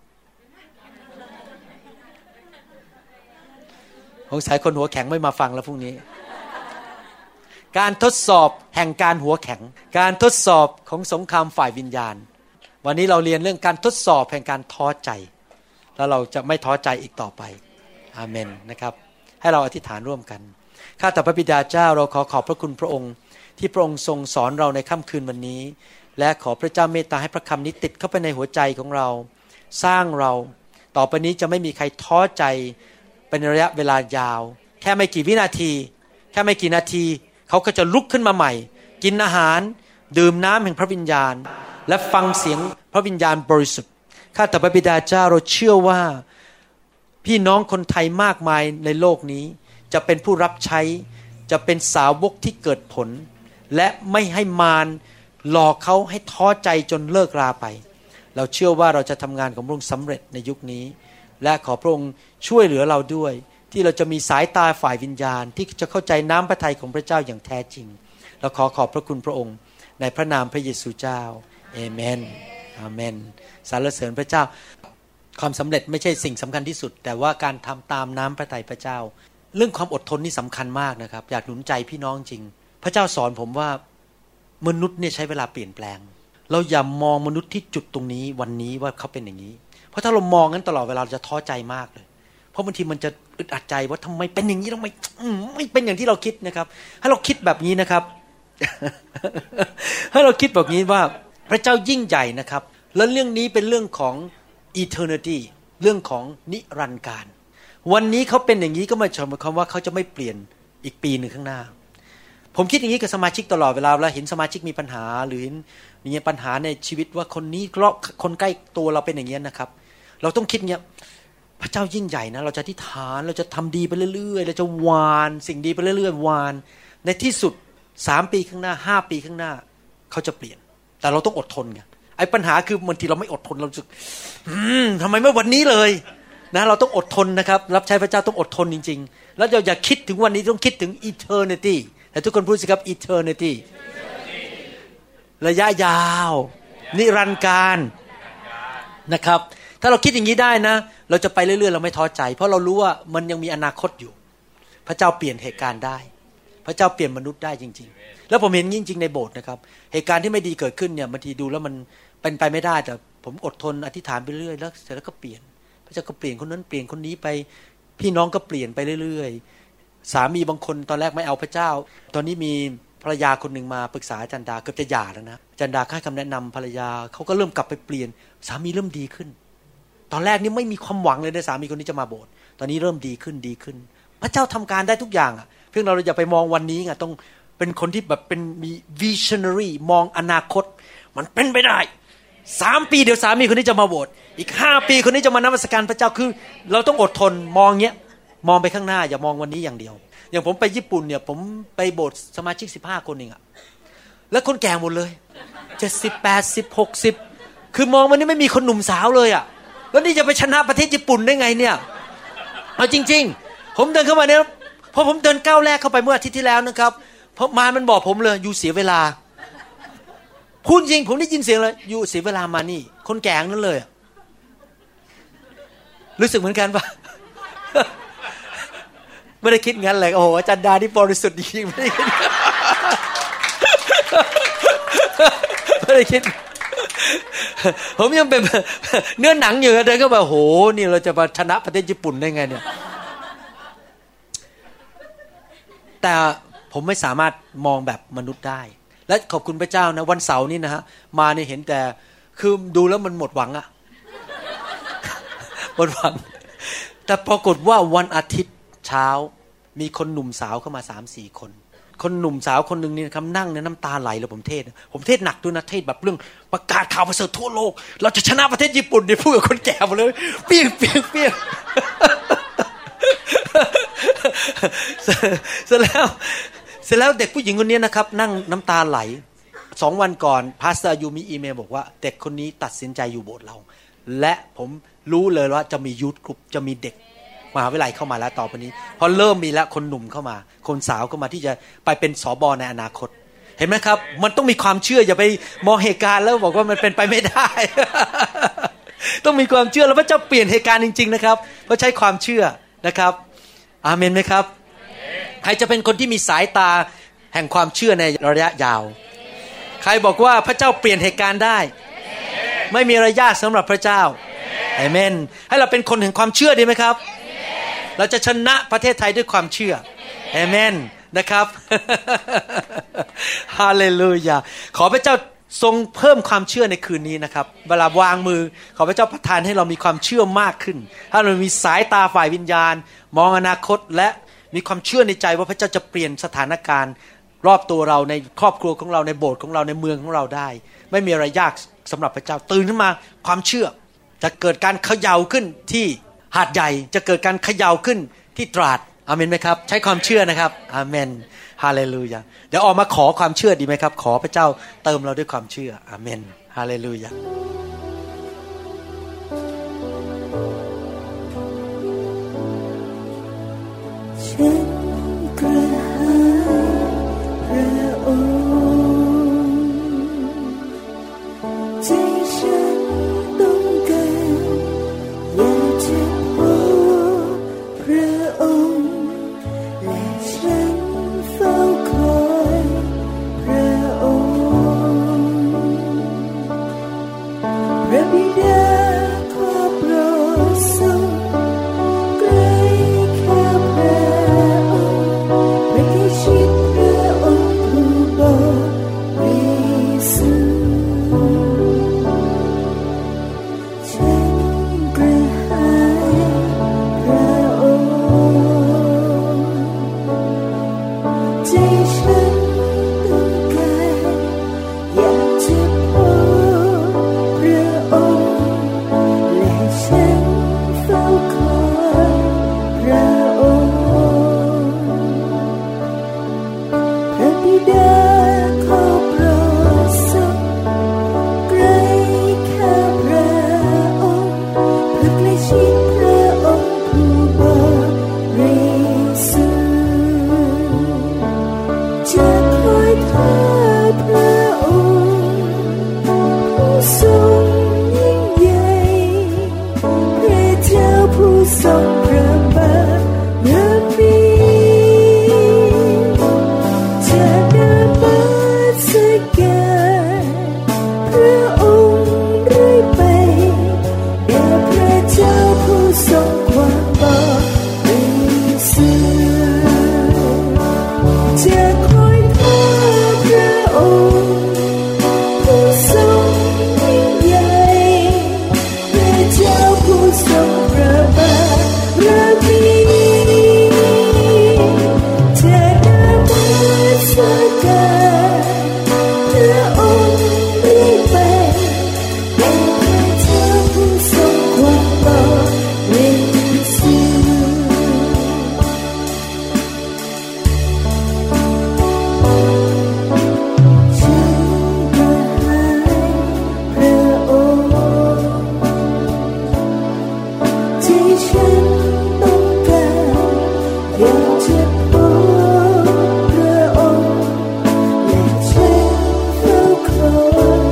สงสัยคนหัวแข็งไม่มาฟังแล้วพรุ่งนี้การทดสอบแห่งการหัวแข็งการทดสอบของสงครามฝ่ายวิญญาณวันนี้เราเรียนเรื่องการทดสอบแห่งการท้อใจแล้วเราจะไม่ท้อใจอีกต่อไปอาเมนนะครับให้เราอธิษฐานร่วมกันข้าแต่พระบิดาเจ้าเราขอขอบพระคุณพระองค์ที่พระองค์ทรงสอนเราในค่ำคืนวันนี้และขอพระเจ้าเมตตาให้พระคำนี้ติดเข้าไปในหัวใจของเราสร้างเราต่อไปนี้จะไม่มีใครท้อใจเป็นระยะเวลายาวแค่ไม่กี่วินาทีแค่ไม่กี่นาทีเขาก็จะลุกขึ้นมาใหม่กินอาหารดื่มน้ำแห่งพระวิญญาณและฟังเสียงพระวิญญาณบริสุทธิ์ข้าแต่พระบิดาเจ้าเราเชื่อว่าพี่น้องคนไทยมากมายในโลกนี้จะเป็นผู้รับใช้จะเป็นสาวกที่เกิดผลและไม่ให้มารหลอกเขาให้ท้อใจจนเลิกราไปเราเชื่อว่าเราจะทำงานของพระองค์สำเร็จในยุคนี้และขอพระองค์ช่วยเหลือเราด้วยที่เราจะมีสายตาฝ่ายวิญญาณที่จะเข้าใจน้ำพระทัยของพระเจ้าอย่างแท้จริงเราขอบพระคุณพระองค์ในพระนามพระเยซูเจ้าเอเมนอาเมนสรรเสริญพระเจ้าความสำเร็จไม่ใช่สิ่งสำคัญที่สุดแต่ว่าการทำตามน้ำพระทัยพระเจ้าเรื่องความอดทนนี่สำคัญมากนะครับอยากหนุนใจพี่น้องจริงพระเจ้าสอนผมว่ามนุษย์เนี่ยใช้เวลาเปลี่ยนแปลงเราอย่ามองมนุษย์ที่จุดตรงนี้วันนี้ว่าเขาเป็นอย่างนี้เพราะถ้าเรามองงั้นตลอดเวลาเราจะท้อใจมากเลยเพราะบางทีมันจะอึดอัดใจว่าทำไมเป็นอย่างนี้ทำไมไม่เป็นอย่างที่เราคิดนะครับให้เราคิดแบบนี้นะครับ ให้เราคิดแบบนี้ว่าพระเจ้ายิ่งใหญ่นะครับแล้วเรื่องนี้เป็นเรื่องของ eternity เรื่องของนิรันดร์การวันนี้เขาเป็นอย่างนี้ก็ไม่ใช่หมายความว่าเขาจะไม่เปลี่ยนอีกปีนึงข้างหน้าผมคิดอย่างนี้กับสมาชิกตลอดเวลาเห็นสมาชิกมีปัญหาหรือมีปัญหาในชีวิตว่าคนนี้คนใกล้ตัวเราเป็นอย่างนี้นะครับเราต้องคิดเงี้ยพระเจ้ายิ่งใหญ่นะเราจะอธิษฐานเราจะทำดีไปเรื่อยๆเราจะหวานสิ่งดีไปเรื่อยๆหวานในที่สุด3ปีข้างหน้า5ปีข้างหน้าเขาจะเปลี่ยนแต่เราต้องอดทนไงไอ้ปัญหาคือบางทีเราไม่อดทนเราสึกทำไมไม่วันนี้เลยนะเราต้องอดทนนะครับรับใช้พระเจ้าต้องอดทนจริงๆแล้วเราอย่าคิดถึงวันนี้ต้องคิดถึง eternity แต่ทุกคนพูดสิครับ eternity ระยะยาวนิรันดร์การนะครับถ้าเราคิดอย่างนี้ได้นะเราจะไปเรื่อยๆเราไม่ท้อใจเพราะเรารู้ว่ามันยังมีอนาคตอยู่พระเจ้าเปลี่ยนเหตุการณ์ได้พระเจ้าเปลี่ยนมนุษย์ได้จริงๆแล้วผมเห็นจริงๆในโบสถ์นะครับเหตุการณ์ที่ไม่ดีเกิดขึ้นเนี่ยบางทีดูแล้วมันเป็นไปไม่ได้แต่ผมอดทนอธิษฐานไปเรื่อยแล้วเสร็จแล้วก็เปลี่ยนพระเจ้าก็เปลี่ยนคนนั้นเปลี่ยนคนนี้ไปพี่น้องก็เปลี่ยนไปเรื่อยๆสามีบางคนตอนแรกไม่เอาพระเจ้าตอนนี้มีภรรยาคนหนึ่งมาปรึกษาอาจารย์ดาเกือบจะหย่าแล้วนะอาจารย์ดาให้คำแนะนำภรรยาเขาก็เริ่มกลับไปเปลี่ยนสามีเริ่มดีขึ้นตอนแรกนี่ไม่มีความหวังเลยนะสามีคนนี้จะมาโบสถ์ตอนนี้เริ่มดีขึ้นพระเจ้าทำการได้ทุกอย่างอ่ะเพียงเราอย่าไปมองวันนี้ไงต้องเป็นคนที่แบบเป็นมี visionary มองอนาคตมันเป็นไปได้3ปีเดี๋ยวสามีคนนี้จะมาโบสถ์อีก5ปีคนนี้จะมานมัสการพระเจ้าคือเราต้องอดทนมองเงี้ยมองไปข้างหน้าอย่ามองวันนี้อย่างเดียวอย่างผมไปญี่ปุ่นเนี่ยผมไปโบสถ์สมาชิก15คนเองอ่ะแล้วคนแก่หมดเลย70 80 60คือมองวันนี้ไม่มีคนหนุ่มสาวเลยอ่ะแล้วนี่จะไปชนะประเทศญี่ปุ่นได้ไงเนี่ยเอาจริงๆผมเดินเข้ามาเนี่ยพอผมเดินก้าวแรกเข้าไปเมื่ออาทิตย์ที่แล้วนะครับเพราะมันบอกผมเลยอยู่เสียเวลาผพูดจริงผมได้ยินเสียงเลยอยู่เสียเวลามานี่คนแก่นั่นเลยรู้สึกเหมือนกันปะ ไม่ได้คิดงั้นเลยโอ้โหอาจารย์ดาที่บริสุทธิ์จริงๆไม่ได้คิด ไม่ได้คิดผมยังเป็นเนื้อหนังอยู่เลยก็แบบโหนี่เราจะมาชนะประเทศญี่ปุ่นได้ไงเนี่ยแต่ผมไม่สามารถมองแบบมนุษย์ได้และขอบคุณพระเจ้านะวันเสาร์นี่นะฮะมาเนี่ยเห็นแต่คือดูแล้วมันหมดหวังอะ หมดหวังแต่ปรากฏว่าวันอาทิตย์เช้ามีคนหนุ่มสาวเข้ามา 3-4 คนหนุ่มสาวคนนึงนี่นะครับนั่งเนี่ยน้ำตาไหลเลยผมเทศหนักด้วยนะเทศแบบเรื่องประกาศข่าวประเสริฐทั่วโลกเราจะชนะประเทศญี่ปุ่นเนี่ยพูดกับคนแก่หมดเลยเปี้ยงเสร็จแล้วเด็กผู้หญิงคนนี้นะครับนั่งน้ำตาไหล2 วันก่อนพาสเตอร์ยูมีอีเมลบอกว่าเด็กคนนี้ตัดสินใจอยู่โบสถ์เราและผมรู้เลยว่าจะมียูทกรุ๊ปจะมีเด็กมหาวิทยาลัยเข้ามาแล้วต่อไปนี้พอเริ่มมีแล้วคนหนุ่มเข้ามาคนสาวเข้ามาที่จะไปเป็นสบในอนาคตเห็นไหมครับมันต้องมีความเชื่ออย่าไปมองเหตุการณ์แล้วบอกว่ามันเป็นไปไม่ได้ ต้องมีความเชื่อแล้วพระเจ้าเปลี่ยนเหตุการณ์จริงๆนะครับเพราะใช้ความเชื่อนะครับอาเมนไหมครับใครจะเป็นคนที่มีสายตาแห่งความเชื่อในระยะยาวใครบอกว่าพระเจ้าเปลี่ยนเหตุการณ์ได้ไม่มีอะไรยากสำหรับพระเจ้าอาเมนให้เราเป็นคนแห่งความเชื่อดีไหมครับเราจะชนะประเทศไทยด้วยความเชื่ออาเมนนะครับ ฮาเลลูยาขอพระเจ้าทรงเพิ่มความเชื่อในคืนนี้นะครับเวลาวางมือขอพระเจ้าประทานให้เรามีความเชื่อมากขึ้นถ้าเรามีสายตาฝ่ายวิญญาณมองอนาคตและมีความเชื่อในใจว่าพระเจ้าจะเปลี่ยนสถานการณ์รอบตัวเราในครอบครัวของเราในโบสถ์ของเราในเมืองของเราได้ไม่มีอะไรยากสำหรับพระเจ้าตื่นขึ้นมาความเชื่อจะเกิดการเขย่าขึ้นที่หาดใหญ่จะเกิดการเขย่าขึ้นที่ตราดอาเมนไหมครับใช้ความเชื่อนะครับอาเมนฮาเลลูยาเดี๋ยวออกมาขอความเชื่อดีไหมครับขอพระเจ้าเติมเราด้วยความเชื่ออาเมนฮาเลลูยาฉันกระหายพระองค์ใจฉันต้องการอยากจะพบพระองค์และฉันเฝ้าคอยพระองค์พระบิดาขอโปรดทรงใกล้แค่พระชิดพระองค์ผู้บริสุทธิ์ฉันกระหายพระองค์ใจฉันต้องการอยากจะพบพระองค์และฉันเฝ้าคอยพระองค์พระบิดาขอโปรดทรงใกล้แค่พระองค์เพื่อใกล้ชิดพระองค์ผู้บริสุทธิ์จะคอยทอดพระองค์ผู้ทรงยิ่งใหญ่พระเจ้าผู้ทรงพระบารมีพระองค์เรื่อยไปแด่พระเจ้าผู้ทรงความบริสุทธิ์จะคอยทอดพระองค์ผู้ทรงยิ่งใหญ่พระเจ้าผู้ทรงพระบารมีจะนมัสการพระองค์เรื่อยไปแด่พระเจ้าผู้ทรงความบริสุทธิ์ฉันกระหายพระองค์ใจฉันต้องการอยากจะพบพระองค์และฉันเฝ้าคอย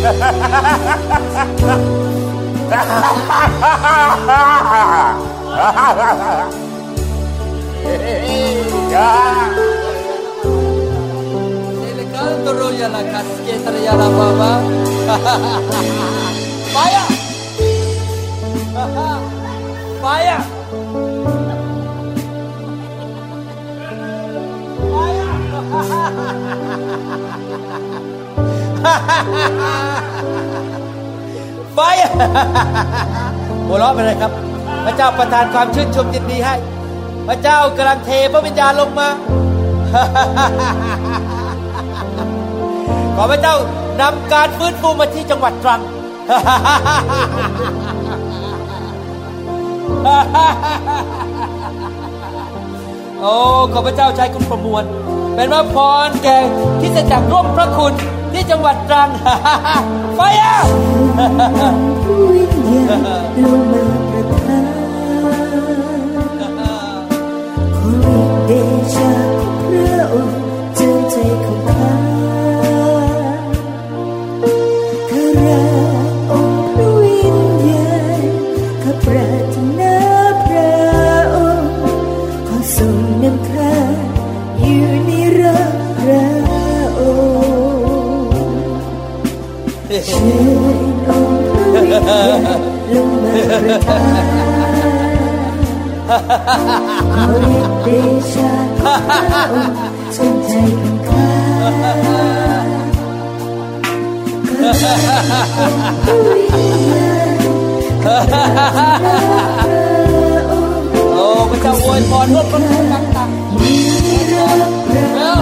Fire! Fire! Fire! หัวเราะไปเลยครับพระเจ้าประทานความชื่นชมยินดีให้พระเจ้ากำลังเทพระวิญญาณลงมาขอพระเจ้านำการฟื้นฟูมาที่จังหวัดตรังโอ้ขอพระเจ้าใช้คุณประมวลเป็นพระพรแก่ที่จะจักร่วมพระคุณที่จังหวัดตรังไฟอ่ะลงมาประทานขอฤทธิ์เดชะของพระองค์เจิมใจของข้าข้ารักองค์พระวิญญาณข้าปรารถนาพระองค์ขอทรงนำข้าอยู่ในรักพระองค์เชิญองค์พระวิญญาณลงมาประทานขอฤทธิ์เดชะของพระองค์เจิมใจของข้าโอ้พระเจ้าอวยพรร่วมกันต่างๆแล้ว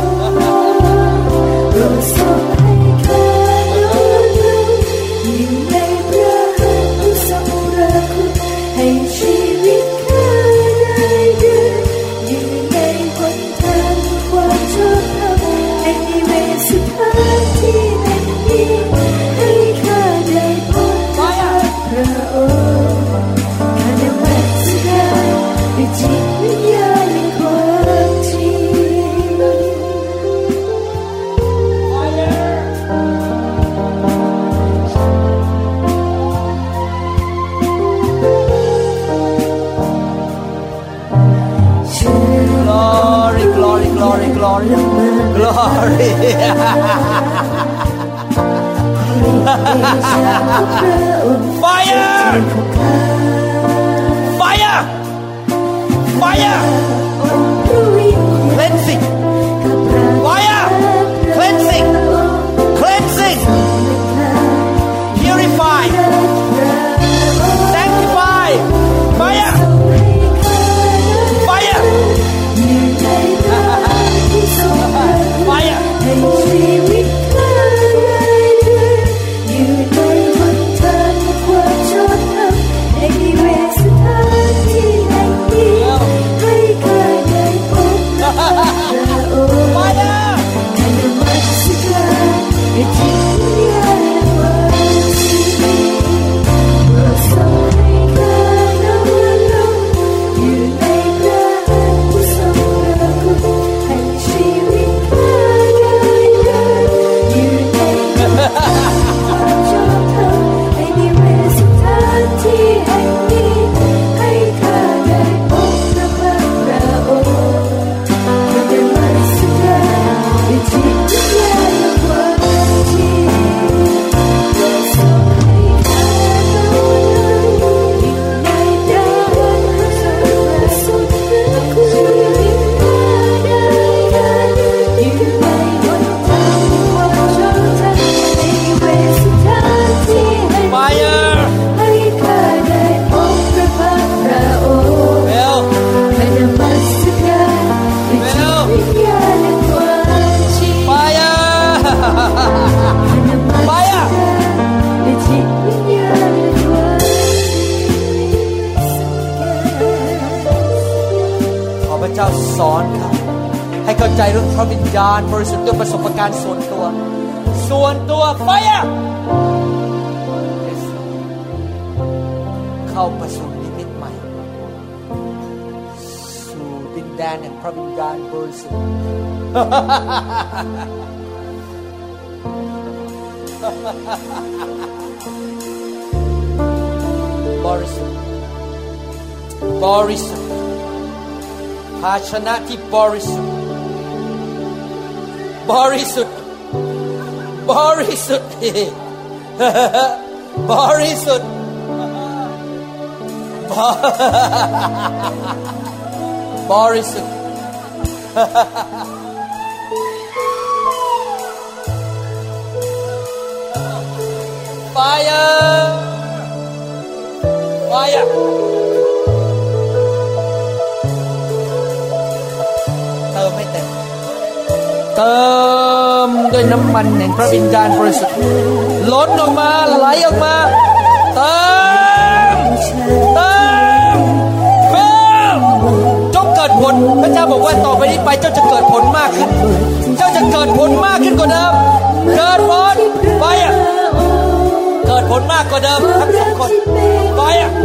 โปรดทรงให้ข้าน้อมลงอยู่ในพระหัตถ์ผู้ทรงรักคุณให้ชีวิตข้าได้เดินอยู่ในหนทางความชอบธรรมในเวรสถานที่แห่งนี้ให้ข้าได้พบพระองค์ข้านมัสการด้วยจิตวิญญาณแห่งความจริง Glory, glory, glory, glory. Fire! Fire! Fire! Cleansing. Fire! Cleansing. Cleansing. Purify. Sanctify. Fire! Fire! Fire! ให้ชีวิตข้าได้เดินอยู่ในหนทางความชอบธรรมในเวรสถานที่แห่งนี้ให้ข้าได้พบพระองค์ข้านมัสการด้วยจิตวิญญาณและความจริงโปรดทรงให้ข้าน้อมลงอยู่ในพระหัตถ์ผู้ทรงรักคุณให้ชีวิตข้าได้เดินอยู่ในหนทางความชอบธรรมในเวรสถานที่แห่งนี้ให้ข้าได้พบพระองค์ข้านมัสการด้วยจิตวิญญาณและความจริงโปรดทรงให้ข้าน้อมลงอยู่ในพระหัตถ์ผู้ทรงรักคุณชีวิตข้าได้เดินอยู่ในหนทางความชอบธรรมในเวรสถานที่แห่งนี้ Fire! ให้ข้าได้พบพระพักตร์พระองค์ Well, ข้านมัสการด้วยจิตวิญญาณและความจริง fire! ข้านมัสการด้วยจิตวิญญาณและความจริงขอพระเจ้าสอนครับให้เข้าใจเรื่องพระวิญญาณบริสุทธิ์ด้วยประสบการณ์ส่วนตัวไฟอ่ะเข้ามาสู่นิมิตใหม่สู่ดินแดนแห่งพระวิญญาณบริสุทธิ์บริสุทธิ์บริสุทธิ์ภาชนะที่บริสุทธิ์บริสุทธิ์บริสุทธิ์บริสุทธิ์บริสุทธิ์Fire! Fire! เติมให้เต็มเติมด้วยน้ำมันแห่งพระวิญญาณบริสุทธิ์ล้นออกมาไหลออกมาเติมเติมเพิ่มจงเกิดผลพระเจ้าบอกว่าต่อไปนี้ไปเจ้าจะเกิดผลมากขึ้นเจ้าจะเกิดผลมากขึ้นกว่าเดิมเกิดผลไปอ่ะเกิดผลมากกว่าเดิมทั้งสองคนไปอ่ะ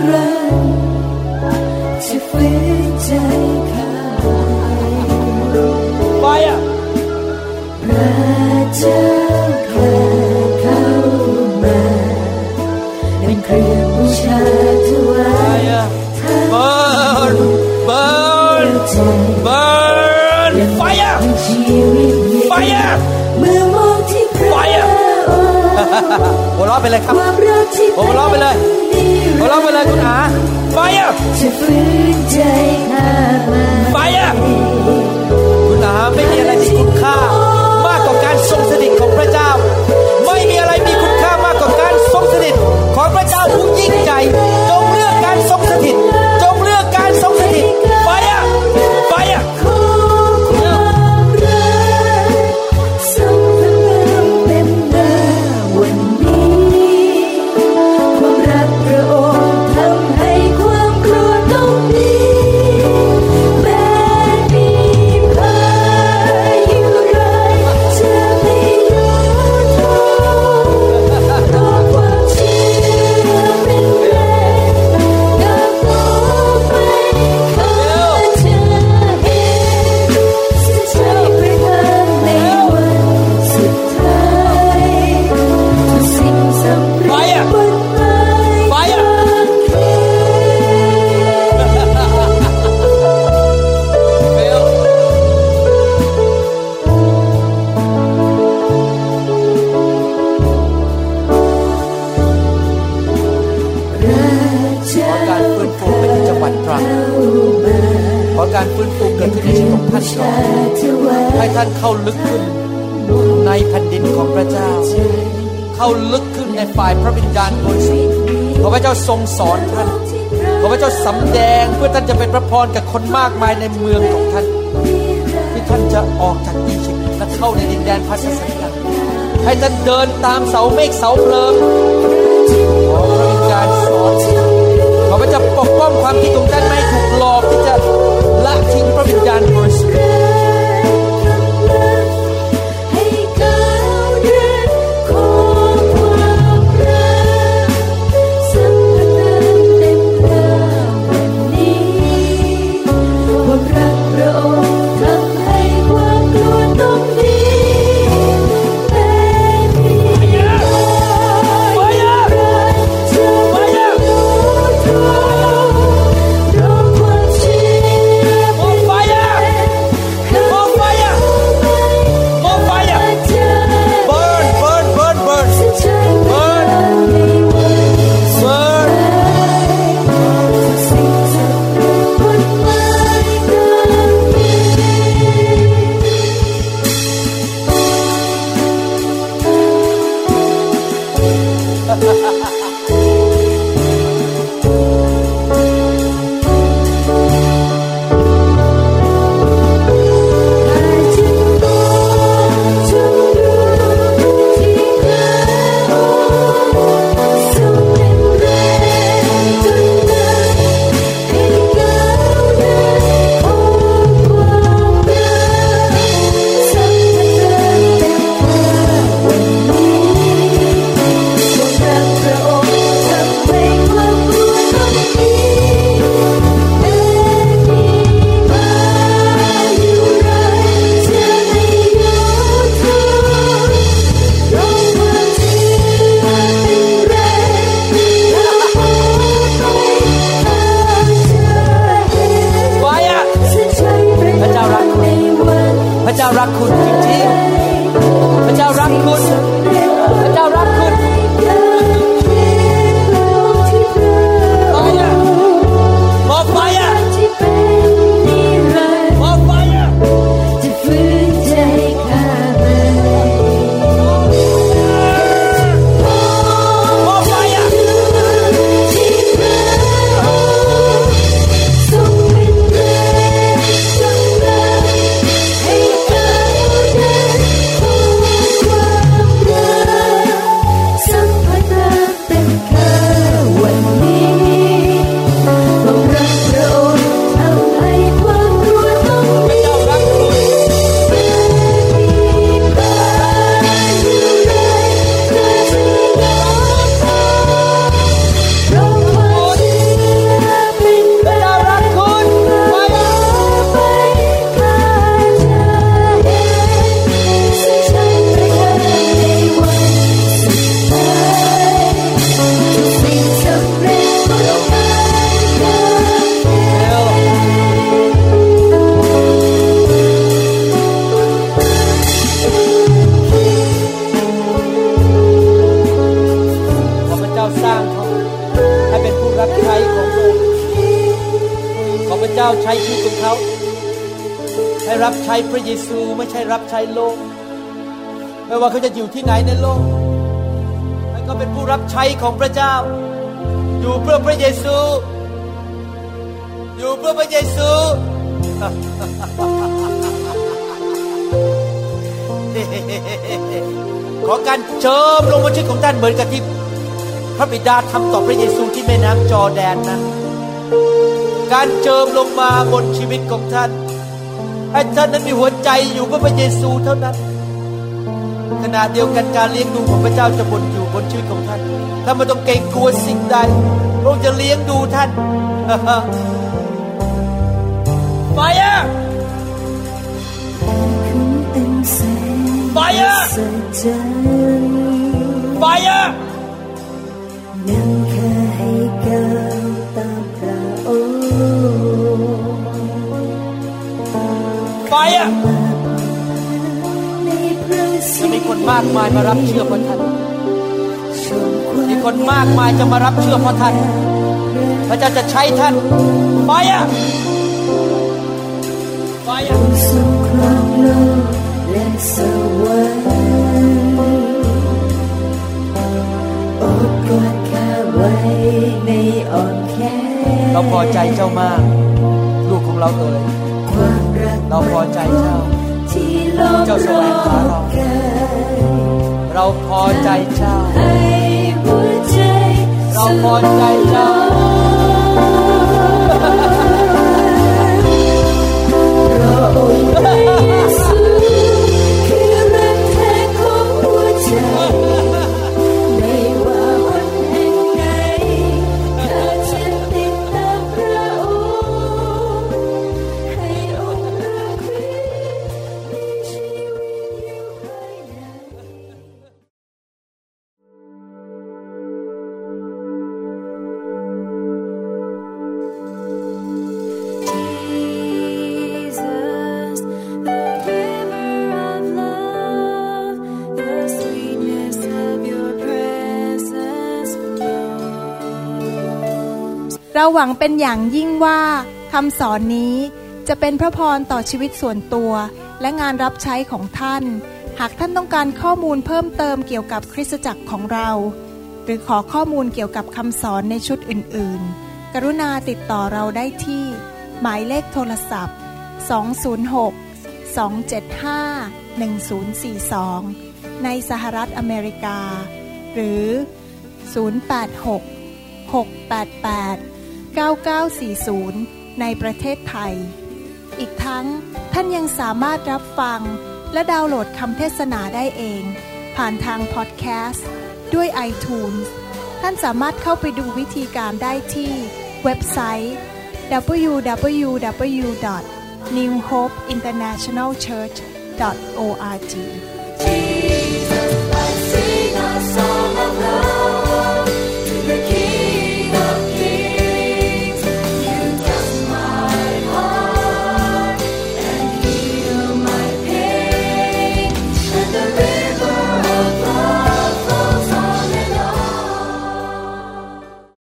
ไปอ่ะพระเจ้าข้าเข้ามาเป็นเครื่องบูชาถวายเบิร์นเบิร์นเบิร์นไฟอ่ะไฟอ่ะเมื่อมองที่พระหัวเราะไปเลยครับหัวเราะไปเลยหัวเราะไปเลยคุณอาไฟอ่ะจะฟื้นใจข้ามาไฟอ่ะคุณอาไม่มีอะไรมีคุณค่ามากกว่าการทรงสถิตของพระเจ้าไม่มีอะไรมีคุณค่ามากกว่าการทรงสถิตของพระเจ้าผู้ยิ่งใหญ่จงเลือกการทรงสถิตจงเลือกการทรงสถิตไฟอ่ะไฟอ่ะให้ท่านเข้าลึกขึ้นในแผ่นดินของพระเจ้าเข้าลึกขึ้นในฝ่ายพระวิญญาณบริสุทธิ์ขอพระเจ้าทรงสอนท่านขอพระเจ้าสำแดงเพื่อท่านจะเป็นพระพรกับคนมากมายในเมืองของท่านที่ท่านจะออกจากอียิปต์และเข้าในดินแดนพันธสัญญาให้ท่านเดินตามเสาเมฆเสาเพลิงขอพระวิญญาณสอนขอพระเจ้าปกป้องความคิดของท่านไม่ถูกหลอกที่จะละทิ้งพระวิญญาณบริสุทธิ์พใช้ชีวิตของเขาให้รับใช้พระเยซูไม่ใช่รับใช้โลกไม่ว่าเขาจะอยู่ที่ไหนในโลกให้เขาเป็นผู้รับใช้ของพระเจ้าอยู่เพื่อพระเยซูอยู่เพื่อพระเยซู ขอการเจิมลงบนชีวิตของท่านเหมือนกับที่พระบิดาทำต่อพระเยซูที่แม่น้ำจอร์แดนนั้นการเจิมลงมาบนชีวิตของท่านให้ท่านนั้นมีหัวใจอยู่เพื่อพระเยซูเท่านั้นขณะเดียวกันการเลี้ยงดูของพระเจ้าจะบนอยู่บนชีวิตของท่านถ้าไม่ต้องเกรงกลัวสิ่งใดพระองค์จะเลี้ยงดูท่าน Fire Fire Fire นั่งแค่ให้ก้าวตามพระองค์ Fire จะมีคนมากมายมารับเชื่อเพราะท่านมีคนมากมายจะมารับเชื่อเพราะท่านพระเจ้าจะใช้ท่าน Fire Fire สงครามโลกและสวรรค์โอบกอดข้าไว้ในอ้อมแขนเราพอใจเจ้ามากลูกของเราเอ่ยเราพอใจเจ้าเจ้าแสวงหาเราพอใจเจ้าเราพอใจเจ้าพระองค์พระเยซูคือรักแท้ของหัวใจไม่ว่าวันแห่งไหนข้าจะติดตามพระองค์ให้องค์พระคริสต์มีชีวิตอยู่ภายในเราหวังเป็นอย่างยิ่งว่าคำสอนนี้จะเป็นพระพรต่อชีวิตส่วนตัวและงานรับใช้ของท่านหากท่านต้องการข้อมูลเพิ่มเติมเกี่ยวกับคริสตจักรของเราหรือขอข้อมูลเกี่ยวกับคำสอนในชุดอื่นๆกรุณาติดต่อเราได้ที่หมายเลขโทรศัพท์206-275-1042ในสหรัฐอเมริกาหรือ086-688-9940ในประเทศไทยอีกทั้งท่านยังสามารถรับฟังและดาวน์โหลดคำเทศนาได้เองผ่านทางพอดแคสต์ด้วย iTunes ท่านสามารถเข้าไปดูวิธีการได้ที่เว็บไซต์ www.newhopeinternationalchurch.org